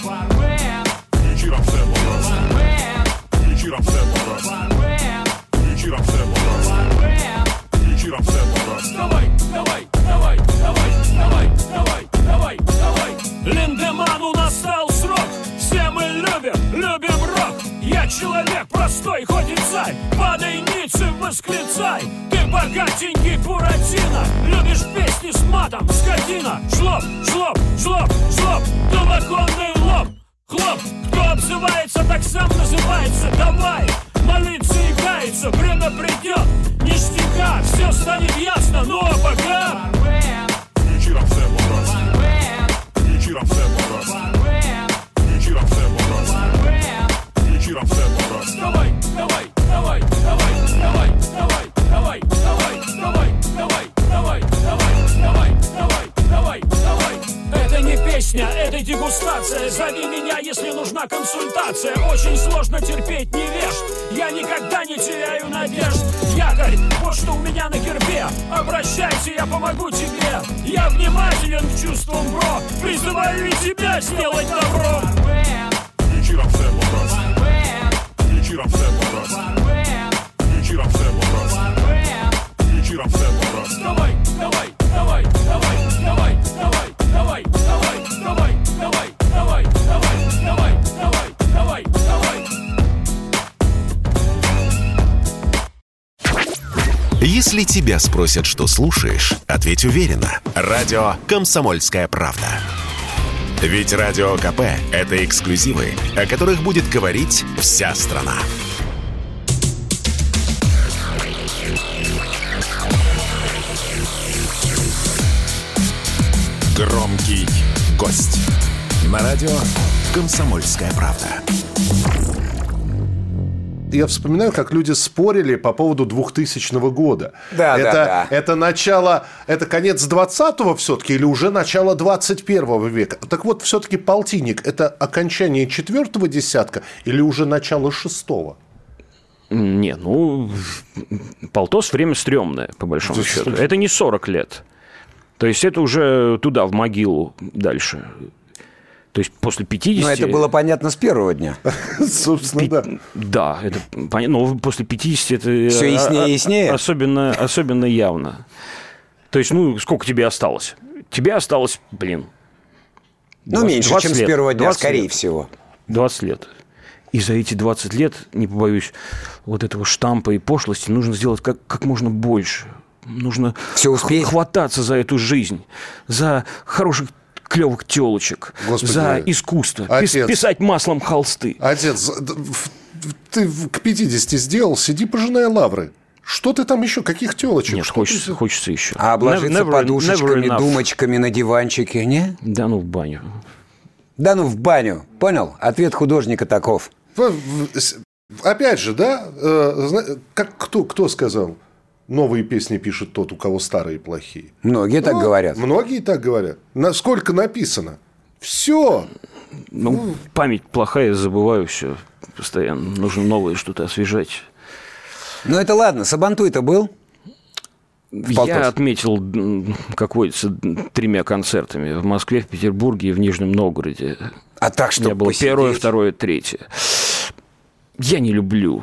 Speaker 6: Вечером все раз. Вечером все раз. Вечером все раз. Вечером все раз.
Speaker 5: Давай, давай, давай, давай, давай, давай, давай, давай. Линдеману настал срок. Все мы любим рок. Я человек простой, хоть и царь. Падай ниц и восклицай. Ты богатенький Буратино. Любишь песни с матом, скотина. Жлоб, жлоб, жлоб, жлоб. Толоконный лоб. Хлоп, кто обзывается, так сам называется. Давай, молиться и каяться. Время придет, ништяка. Все станет ясно, но пока.
Speaker 6: Вечером все раз. Вечером все раз. Вечером все раз. Вечером все раз.
Speaker 5: Давай, давай, давай, давай, давай, давай, давай, давай, давай, давай, давай, давай, давай, давай, давай. Это не песня, это дегустация. Зови меня, если нужна консультация. Очень сложно терпеть невежд. Я никогда не теряю надежд. Якорь, вот что у меня на гербе. Обращайся, я помогу тебе. Я внимателен к чувствам, бро. Призываю и тебя сделать добро.
Speaker 6: Вечером все раз. Вечером все раз. Вечером все раз.
Speaker 1: Если тебя спросят, что слушаешь, ответь уверенно. Радио «Комсомольская правда». Ведь Радио КП – это эксклюзивы, о которых будет говорить вся страна. Громкий гость. На радио «Комсомольская правда».
Speaker 2: Я вспоминаю, как люди спорили по поводу 2000 года.
Speaker 3: Да.
Speaker 2: Это начало, это конец 20-го все-таки или уже начало 21 века? Так вот, все-таки полтинник – это окончание 4-го десятка или уже начало 6-го?
Speaker 4: Не, полтос время стрёмное, по большому счету. Это не 40 лет. То есть это уже туда, в могилу дальше. То есть после 50...
Speaker 3: Но это было понятно с первого дня.
Speaker 2: Собственно, да.
Speaker 4: Да, это понятно. Но после 50 это...
Speaker 3: Все яснее и яснее.
Speaker 4: Особенно явно. То есть, сколько тебе осталось? Тебе осталось, 20,
Speaker 3: меньше, чем
Speaker 4: лет.
Speaker 3: с первого дня,
Speaker 4: 20
Speaker 3: скорее
Speaker 4: лет.
Speaker 3: всего.
Speaker 4: 20 лет. И за эти 20 лет, не побоюсь, вот этого штампа и пошлости нужно сделать как можно больше. Нужно хвататься за эту жизнь, за хороших клевых телочек, за искусство, писать маслом холсты.
Speaker 2: Отец, ты к 50 сделал, сиди, пожинай лавры. Что ты там еще? Каких телочек?
Speaker 4: Нет, хочется еще.
Speaker 3: А обложиться подушечками, думочками на диванчике, не?
Speaker 4: Да в баню.
Speaker 3: Да в баню. Понял? Ответ художника таков.
Speaker 2: Опять же, да? Кто сказал? Новые песни пишет тот, у кого старые плохие.
Speaker 3: Многие так говорят.
Speaker 2: Многие так говорят. Сколько написано? Все.
Speaker 4: Память плохая, я забываю все постоянно. Нужно новое что-то освежать.
Speaker 3: Это ладно. Сабантуй-то был?
Speaker 4: Я отметил, как водится, 3 концертами. В Москве, в Петербурге и в Нижнем Новгороде.
Speaker 3: А так что? У меня
Speaker 4: было 1, 2, 3. Я не люблю.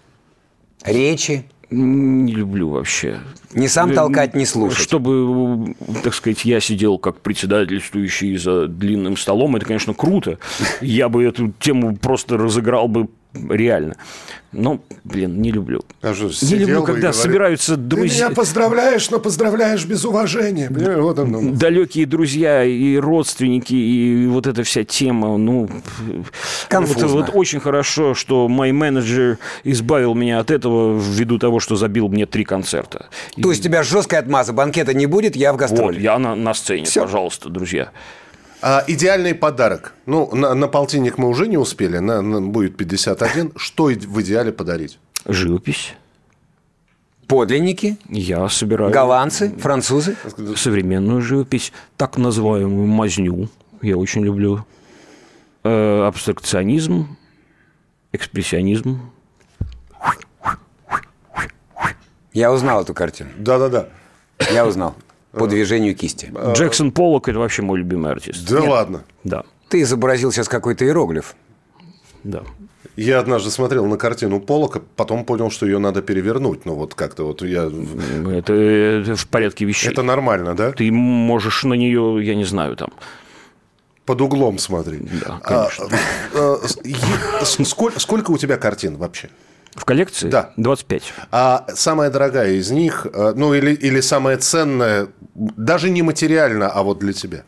Speaker 3: Речи?
Speaker 4: Не люблю вообще.
Speaker 3: Не сам толкать, не слушать.
Speaker 4: Чтобы, так сказать, я сидел как председательствующий за длинным столом, это, конечно, круто. Я бы эту тему просто разыграл бы реально. Но, не люблю. Не люблю, когда собираются друзья.
Speaker 2: Ты меня поздравляешь, но поздравляешь без уважения.
Speaker 4: Далекие друзья и родственники, и вот эта вся тема.
Speaker 3: Конфузно.
Speaker 4: Вот очень хорошо, что мой менеджер избавил меня от этого ввиду того, что забил мне 3 концерта.
Speaker 3: То есть у тебя жесткая отмаза, банкета не будет, я в гастроле.
Speaker 4: Я на сцене, пожалуйста, друзья.
Speaker 2: Идеальный подарок. На полтинник мы уже не успели, будет 51. Что в идеале подарить?
Speaker 4: Живопись.
Speaker 3: Подлинники?
Speaker 4: Я собираю.
Speaker 3: Голландцы, французы?
Speaker 4: Современную живопись, так называемую мазню. Я очень люблю. Абстракционизм, экспрессионизм.
Speaker 3: Я узнал эту картину.
Speaker 2: Да.
Speaker 3: Я узнал. По движению кисти.
Speaker 4: Джексон Поллок – это вообще мой любимый артист.
Speaker 2: Да ладно?
Speaker 4: Да.
Speaker 3: Ты изобразил сейчас какой-то иероглиф.
Speaker 4: Да.
Speaker 2: Я однажды смотрел на картину Поллока, потом понял, что ее надо перевернуть. я...
Speaker 4: Это в порядке вещей.
Speaker 2: Это нормально, да?
Speaker 4: Ты можешь на нее, я не знаю, там...
Speaker 2: Под углом смотреть.
Speaker 4: Да, конечно.
Speaker 2: Сколько у тебя картин вообще?
Speaker 4: В коллекции?
Speaker 2: Да.
Speaker 4: 25.
Speaker 2: А самая дорогая из них, или самая ценная, даже не материально, а вот для тебя?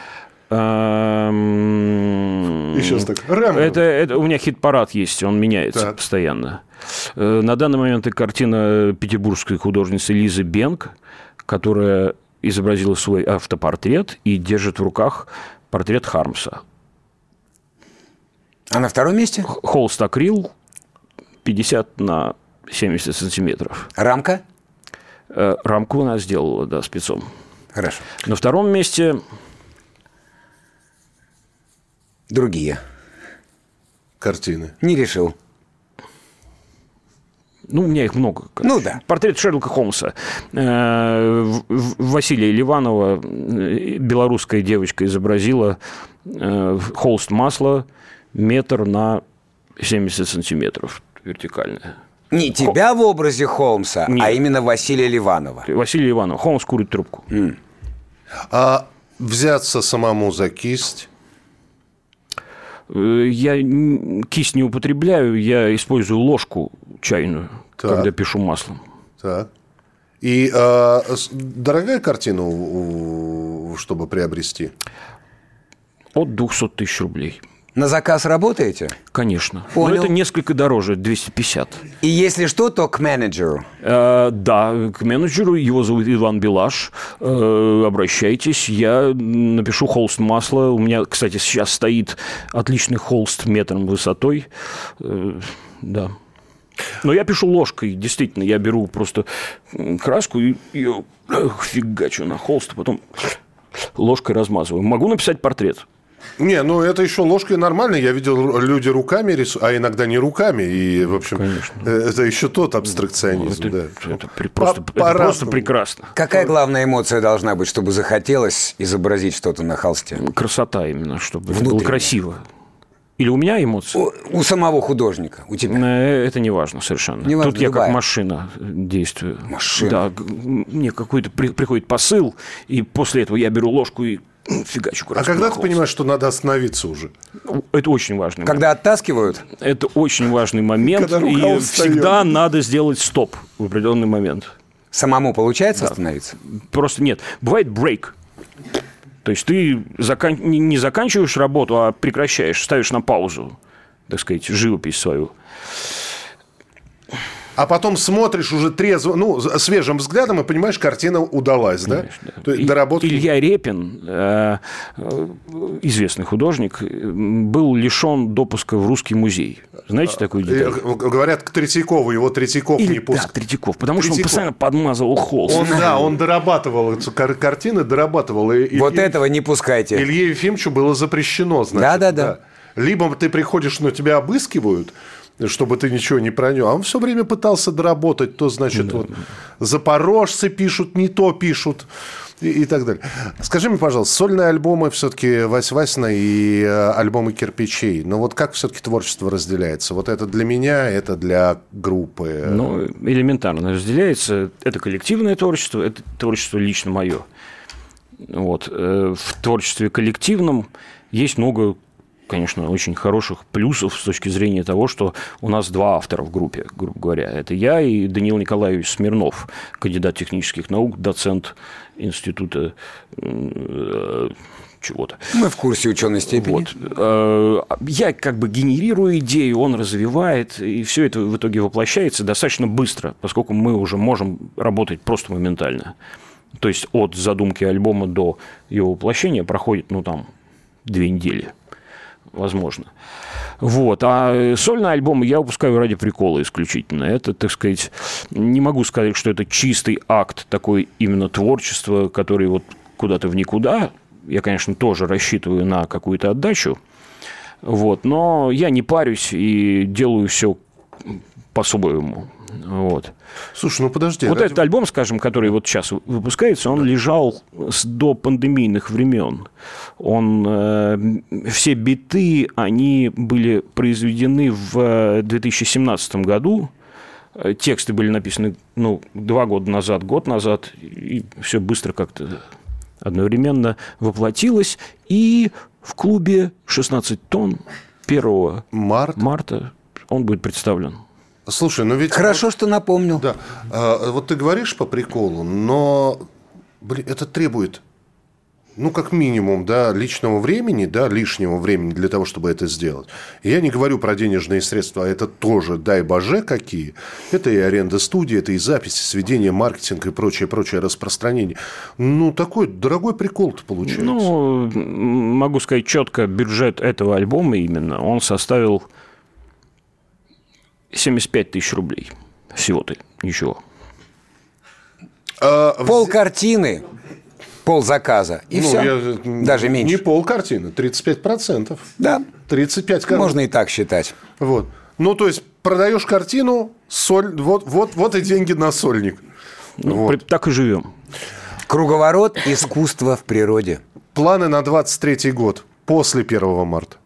Speaker 2: Еще так.
Speaker 4: Это у меня хит-парад есть, он меняется постоянно. На данный момент это картина петербургской художницы Лизы Бенк, которая изобразила свой автопортрет и держит в руках портрет Хармса.
Speaker 3: А на втором месте?
Speaker 4: Холст акрил. 50 на 70 сантиметров.
Speaker 3: Рамка?
Speaker 4: Рамку она сделала, да, спецом.
Speaker 3: Хорошо.
Speaker 4: На втором месте...
Speaker 3: Другие.
Speaker 2: Картины.
Speaker 3: Не решил.
Speaker 4: У меня их много.
Speaker 3: Да.
Speaker 4: Портрет Шерлока Холмса. Василия Ливанова, белорусская девочка, изобразила холст масла 1 метр на 70 сантиметров. Вертикальная.
Speaker 3: Не тебя в образе Холмса, а именно Василия Ливанова.
Speaker 4: Василий Ливанов. Холмс курит трубку.
Speaker 2: А взяться самому за кисть?
Speaker 4: Я кисть не употребляю, я использую ложку чайную, когда пишу маслом.
Speaker 2: Так. И дорогая картина, чтобы приобрести?
Speaker 4: От 200 тысяч рублей.
Speaker 3: На заказ работаете?
Speaker 4: Конечно.
Speaker 3: Понял.
Speaker 4: Но это несколько дороже, 250.
Speaker 3: И если что, то к менеджеру.
Speaker 4: Да, к менеджеру. Его зовут Иван Белаш. Обращайтесь. Я напишу холст масла. У меня, кстати, сейчас стоит отличный холст метром высотой. Да. Но я пишу ложкой, действительно. Я беру просто краску и ее фигачу на холст, а потом ложкой размазываю. Могу написать портрет.
Speaker 2: Не, ну это еще ложкой нормально. Я видел, люди руками рисуют, а иногда не руками. И, в общем, конечно. Это еще тот абстракционизм.
Speaker 4: Это просто прекрасно.
Speaker 3: Какая главная эмоция должна быть, чтобы захотелось изобразить что-то на холсте?
Speaker 4: Красота именно, чтобы это было красиво. Или у меня эмоции?
Speaker 3: У самого художника, у тебя?
Speaker 4: Это не важно совершенно. Не важно, тут я как машина действую.
Speaker 3: Машина?
Speaker 4: Да, мне какой-то приходит посыл, и после этого я беру ложку и фигачу краску.
Speaker 2: А когда ты понимаешь, что надо остановиться уже?
Speaker 4: Это очень важный момент.
Speaker 3: Когда оттаскивают?
Speaker 4: Это очень важный момент, и всегда надо сделать стоп в определенный момент.
Speaker 3: Самому получается остановиться?
Speaker 4: Просто нет. Бывает брейк. То есть ты не заканчиваешь работу, а прекращаешь, ставишь на паузу, так сказать, живопись свою.
Speaker 2: А потом смотришь уже трезво, свежим взглядом и понимаешь, картина удалась, да? То есть доработки...
Speaker 4: Илья Репин, известный художник, был лишен допуска в Русский музей. Знаете такую деталь?
Speaker 2: Говорят, к Третьякову, его Третьяков не пускал.
Speaker 4: Да, Третьяков, потому что он постоянно подмазывал холст.
Speaker 2: Он дорабатывал эту картины, дорабатывал.
Speaker 3: Вот этого не пускайте.
Speaker 2: Илье Ефимовичу было запрещено, значит. Да. Либо ты приходишь, но тебя обыскивают, чтобы ты ничего не пронес. А он все время пытался доработать. То, значит, вот запорожцы пишут, не то пишут и так далее. Скажи мне, пожалуйста, сольные альбомы все-таки Вась Васина и альбомы «Кирпичей». Но вот как все-таки творчество разделяется? Вот это для меня, это для группы?
Speaker 4: Элементарно разделяется. Это коллективное творчество, это творчество лично мое. Вот. В творчестве коллективном есть много, конечно, очень хороших плюсов с точки зрения того, что у нас два автора в группе, грубо говоря. Это я и Даниил Николаевич Смирнов, кандидат технических наук, доцент института чего-то.
Speaker 3: Мы в курсе ученой степени.
Speaker 4: Вот. Я как бы генерирую идею, он развивает, и все это в итоге воплощается достаточно быстро, поскольку мы уже можем работать просто моментально. То есть от задумки альбома до его воплощения проходит, 2 недели. Возможно. Вот. А сольные альбомы я выпускаю ради прикола исключительно. Это, так сказать, не могу сказать, что это чистый акт такой именно творчества, который вот куда-то в никуда. Я, конечно, тоже рассчитываю на какую-то отдачу. Вот. Но я не парюсь и делаю все по-своему. Вот.
Speaker 2: Слушай, подожди.
Speaker 4: Вот этот альбом, скажем, который вот сейчас выпускается, он лежал с допандемийных времен. Все биты, они были произведены в 2017 году. Тексты были написаны 2 года назад, год назад. И все быстро как-то одновременно воплотилось. И в клубе 16 тонн 1 марта он будет представлен.
Speaker 2: Слушай, ведь...
Speaker 3: Хорошо, что напомнил.
Speaker 2: Да. Вот ты говоришь по приколу, но, это требует, как минимум, личного времени, лишнего времени для того, чтобы это сделать. И я не говорю про денежные средства, а это тоже, дай боже, какие. Это и аренда студии, это и записи, сведение, маркетинг и прочее распространение. Такой дорогой прикол-то получается.
Speaker 4: Могу сказать четко, бюджет этого альбома именно, он составил 75 тысяч рублей. Всего-то ничего.
Speaker 3: Пол картины, пол заказа. И все. Даже меньше.
Speaker 2: Не пол картины, 35%.
Speaker 3: Да.
Speaker 2: 35%.
Speaker 3: Можно и так считать.
Speaker 2: Вот. То есть, продаешь картину, вот и деньги на сольник.
Speaker 4: Так и живем.
Speaker 3: Круговорот искусства в природе.
Speaker 2: Планы на 23-й год, после 1 марта.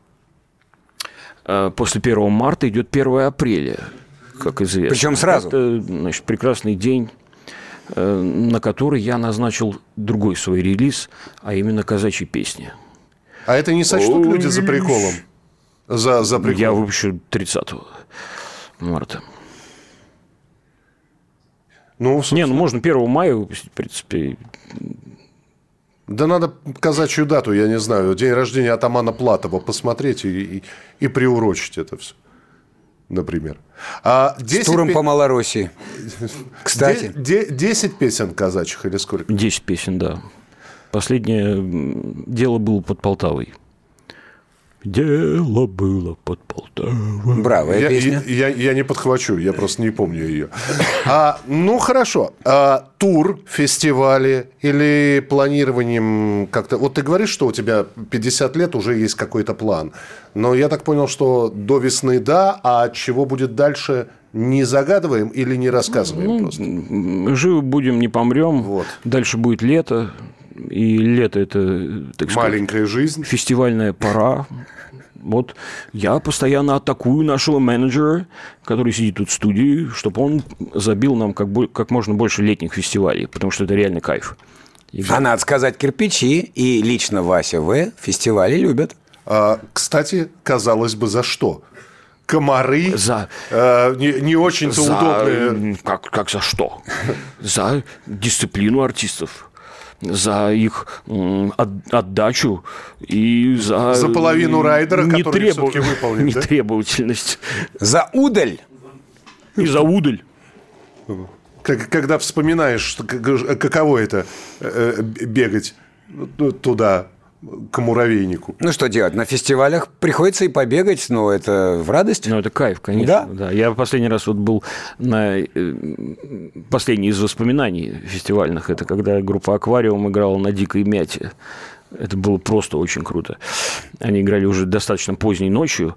Speaker 4: После 1 марта идет 1 апреля, как известно.
Speaker 3: Причем сразу.
Speaker 4: Это, прекрасный день, на который я назначил другой свой релиз, а именно «Казачьи песни».
Speaker 2: А это не сочтут люди за приколом? За приколом?
Speaker 4: Я выпущу 30 марта. Не, можно 1 мая выпустить, в принципе.
Speaker 2: Да надо казачью дату, я не знаю, день рождения атамана Платова посмотреть и приурочить это все, например.
Speaker 3: С туром по Малороссии. Кстати.
Speaker 2: 10 песен казачьих или сколько?
Speaker 4: 10 песен, да. Последнее дело было под Полтавой. Дело было под Полтавой.
Speaker 3: Бравая песня.
Speaker 2: Я не подхвачу, я просто не помню ее. Ну, хорошо. Тур, фестивали или планированием как-то... Вот ты говоришь, что у тебя 50 лет, уже есть какой-то план. Но я так понял, что до весны да, а чего будет дальше, не загадываем или не рассказываем просто?
Speaker 4: Живы будем, не помрем.
Speaker 2: Вот.
Speaker 4: Дальше будет лето. И лето – это, так сказать,
Speaker 2: маленькая жизнь,
Speaker 4: фестивальная пора. Вот я постоянно атакую нашего менеджера, который сидит тут в студии, чтобы он забил нам как можно больше летних фестивалей, потому что это реально кайф.
Speaker 3: А надо сказать, кирпичи и лично Вася В. фестивали любят.
Speaker 2: Кстати, казалось бы, за что? Комары не очень-то удобные.
Speaker 4: Как за что? За дисциплину артистов. За их отдачу и за
Speaker 2: половину райдера, который все-таки выполнит,
Speaker 4: нетребовательность.
Speaker 3: За удаль.
Speaker 4: И за удаль.
Speaker 2: Когда вспоминаешь, каково это бегать туда, к муравейнику.
Speaker 3: Ну, что делать? На фестивалях приходится и побегать, но это в радость.
Speaker 4: Ну, это кайф, конечно. Да? Я последний раз вот был на... Последний из воспоминаний фестивальных. Это когда группа «Аквариум» играла на «Дикой мяте». Это было просто очень круто. Они играли уже достаточно поздней ночью,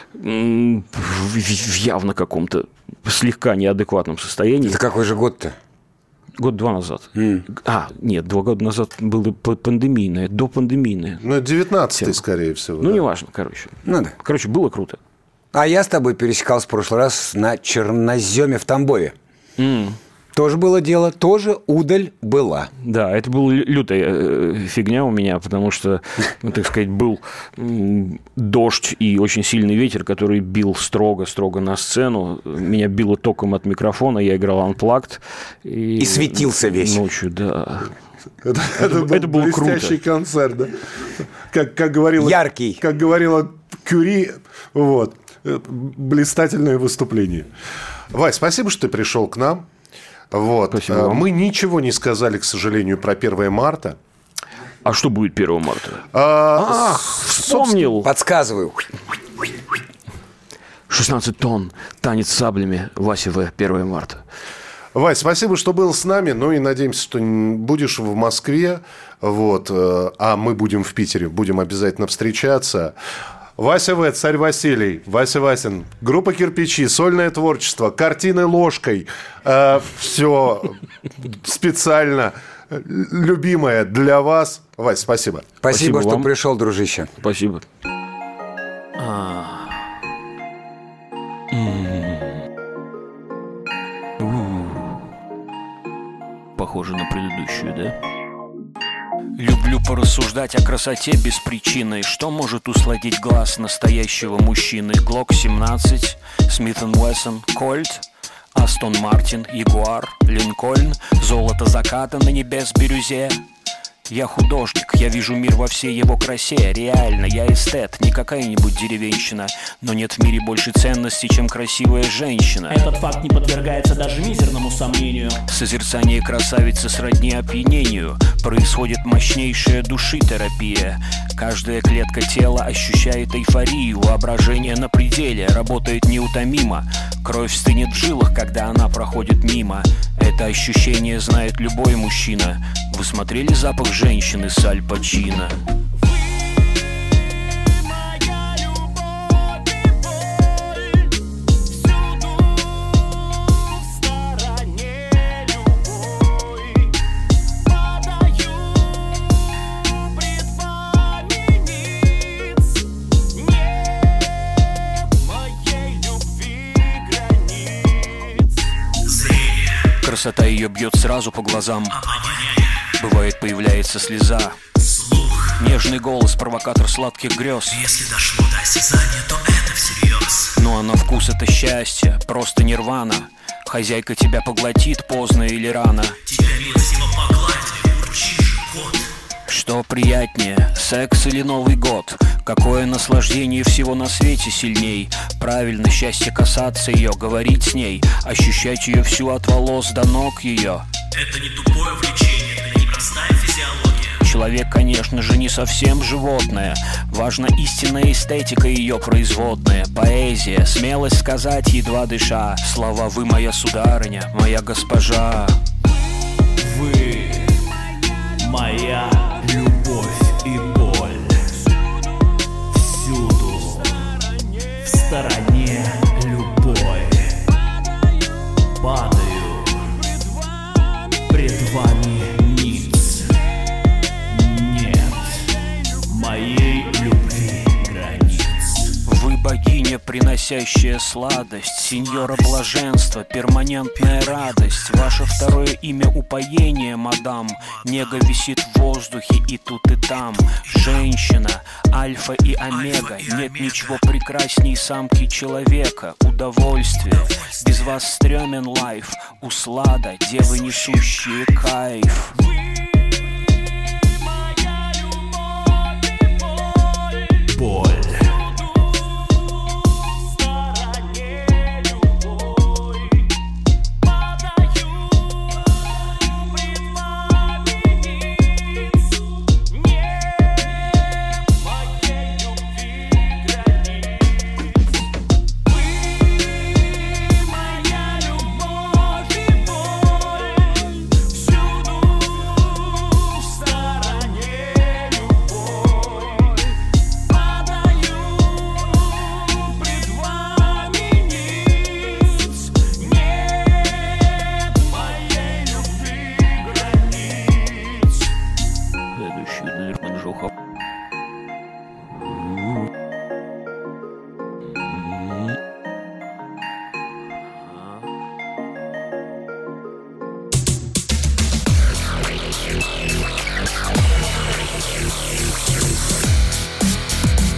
Speaker 4: в явно каком-то слегка неадекватном состоянии.
Speaker 3: Это какой же год-то?
Speaker 4: 2 назад. Нет, 2 года назад было пандемийное, допандемийное.
Speaker 2: Ну, 19-й, скорее всего.
Speaker 4: Ну, неважно, короче.
Speaker 3: Да.
Speaker 4: Короче, было круто.
Speaker 3: А я с тобой пересекался в прошлый раз на Черноземе в Тамбове. Тоже было дело, тоже удаль была. Да,
Speaker 4: это была лютая фигня у меня, потому что, так сказать, был дождь и очень сильный ветер, который бил строго-строго на сцену. Меня било током от микрофона, я играл Unplugged.
Speaker 3: И светился весь.
Speaker 4: Ночью, да.
Speaker 2: Это был блестящий круто. Концерт, да? Как говорила,
Speaker 3: яркий.
Speaker 2: Как говорила Кюри, вот, блистательное выступление. Вась, спасибо, что ты пришел к нам. Вот. Мы ничего не сказали, к сожалению, про 1 марта.
Speaker 4: А что будет 1 марта? Вспомнил.
Speaker 3: Подсказываю.
Speaker 4: 16 тонн. Танец с саблями. Вася В. 1 марта.
Speaker 2: Вась, спасибо, что был с нами. Ну и надеемся, что будешь в Москве. Вот. А мы будем в Питере. Будем обязательно встречаться. Вася В, Царь Василий, Вася Васин, группа «Кирпичи», сольное творчество, картины ложкой. Все специально любимое для вас. Вась, спасибо.
Speaker 3: Спасибо, что пришел, дружище.
Speaker 4: Спасибо. Похоже на предыдущую, да? Люблю порассуждать о красоте без причины. Что может усладить глаз настоящего мужчины? Глок 17, Смит & Вессон, Кольт, Астон Мартин, Ягуар, Линкольн, золото заката на небес бирюзе. Я художник, я вижу мир во всей его красе. Реально, я эстет, не какая-нибудь деревенщина. Но нет в мире больше ценностей, чем красивая женщина.
Speaker 9: Этот факт не подвергается даже мизерному сомнению.
Speaker 4: Созерцание красавицы сродни опьянению. Происходит мощнейшая душитерапия. Каждая клетка тела ощущает эйфорию. Воображение на пределе, работает неутомимо. Кровь стынет в жилах, когда она проходит мимо. Это ощущение знает любой мужчина. Вы смотрели «Запах женщины» с Аль Пачино? Красота ее бьет сразу по глазам. Бывает, появляется слеза. Нежный голос, провокатор сладких грез.
Speaker 10: Если дошло до осязания, то это всерьез.
Speaker 4: Ну а на вкус это счастье, просто нирвана.
Speaker 9: Хозяйка тебя поглотит поздно или рано.
Speaker 10: Тебя милостиво погладили, урчишь, кот.
Speaker 9: Что приятнее, секс или Новый год? Какое наслаждение всего на свете сильней? Правильно, счастье касаться ее, говорить с ней, ощущать ее всю от волос до ног ее.
Speaker 10: Это не тупое влечение, это непростая физиология.
Speaker 9: Человек, конечно же, не совсем животное. Важна истинная эстетика ее производная. Поэзия, смелость сказать, едва дыша. Слова «Вы моя сударыня, моя госпожа».
Speaker 10: Вы моя любовь и боль. Всюду, в стороне любой. Падаю пред вами ниц. Нет моей любви границ.
Speaker 9: Вы богиня, приносящая сладость, сеньора блаженства, перманентная радость. Ваше второе имя упоение, мадам. Нега висит в воздухе и тут и там. Женщина, альфа и омега. Нет ничего прекрасней самки человека. Удовольствие, без вас стрёмен лайф. Услада, девы, несущие кайф.
Speaker 10: Боль.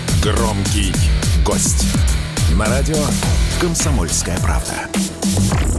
Speaker 1: Громкий гость. На радио «Комсомольская правда».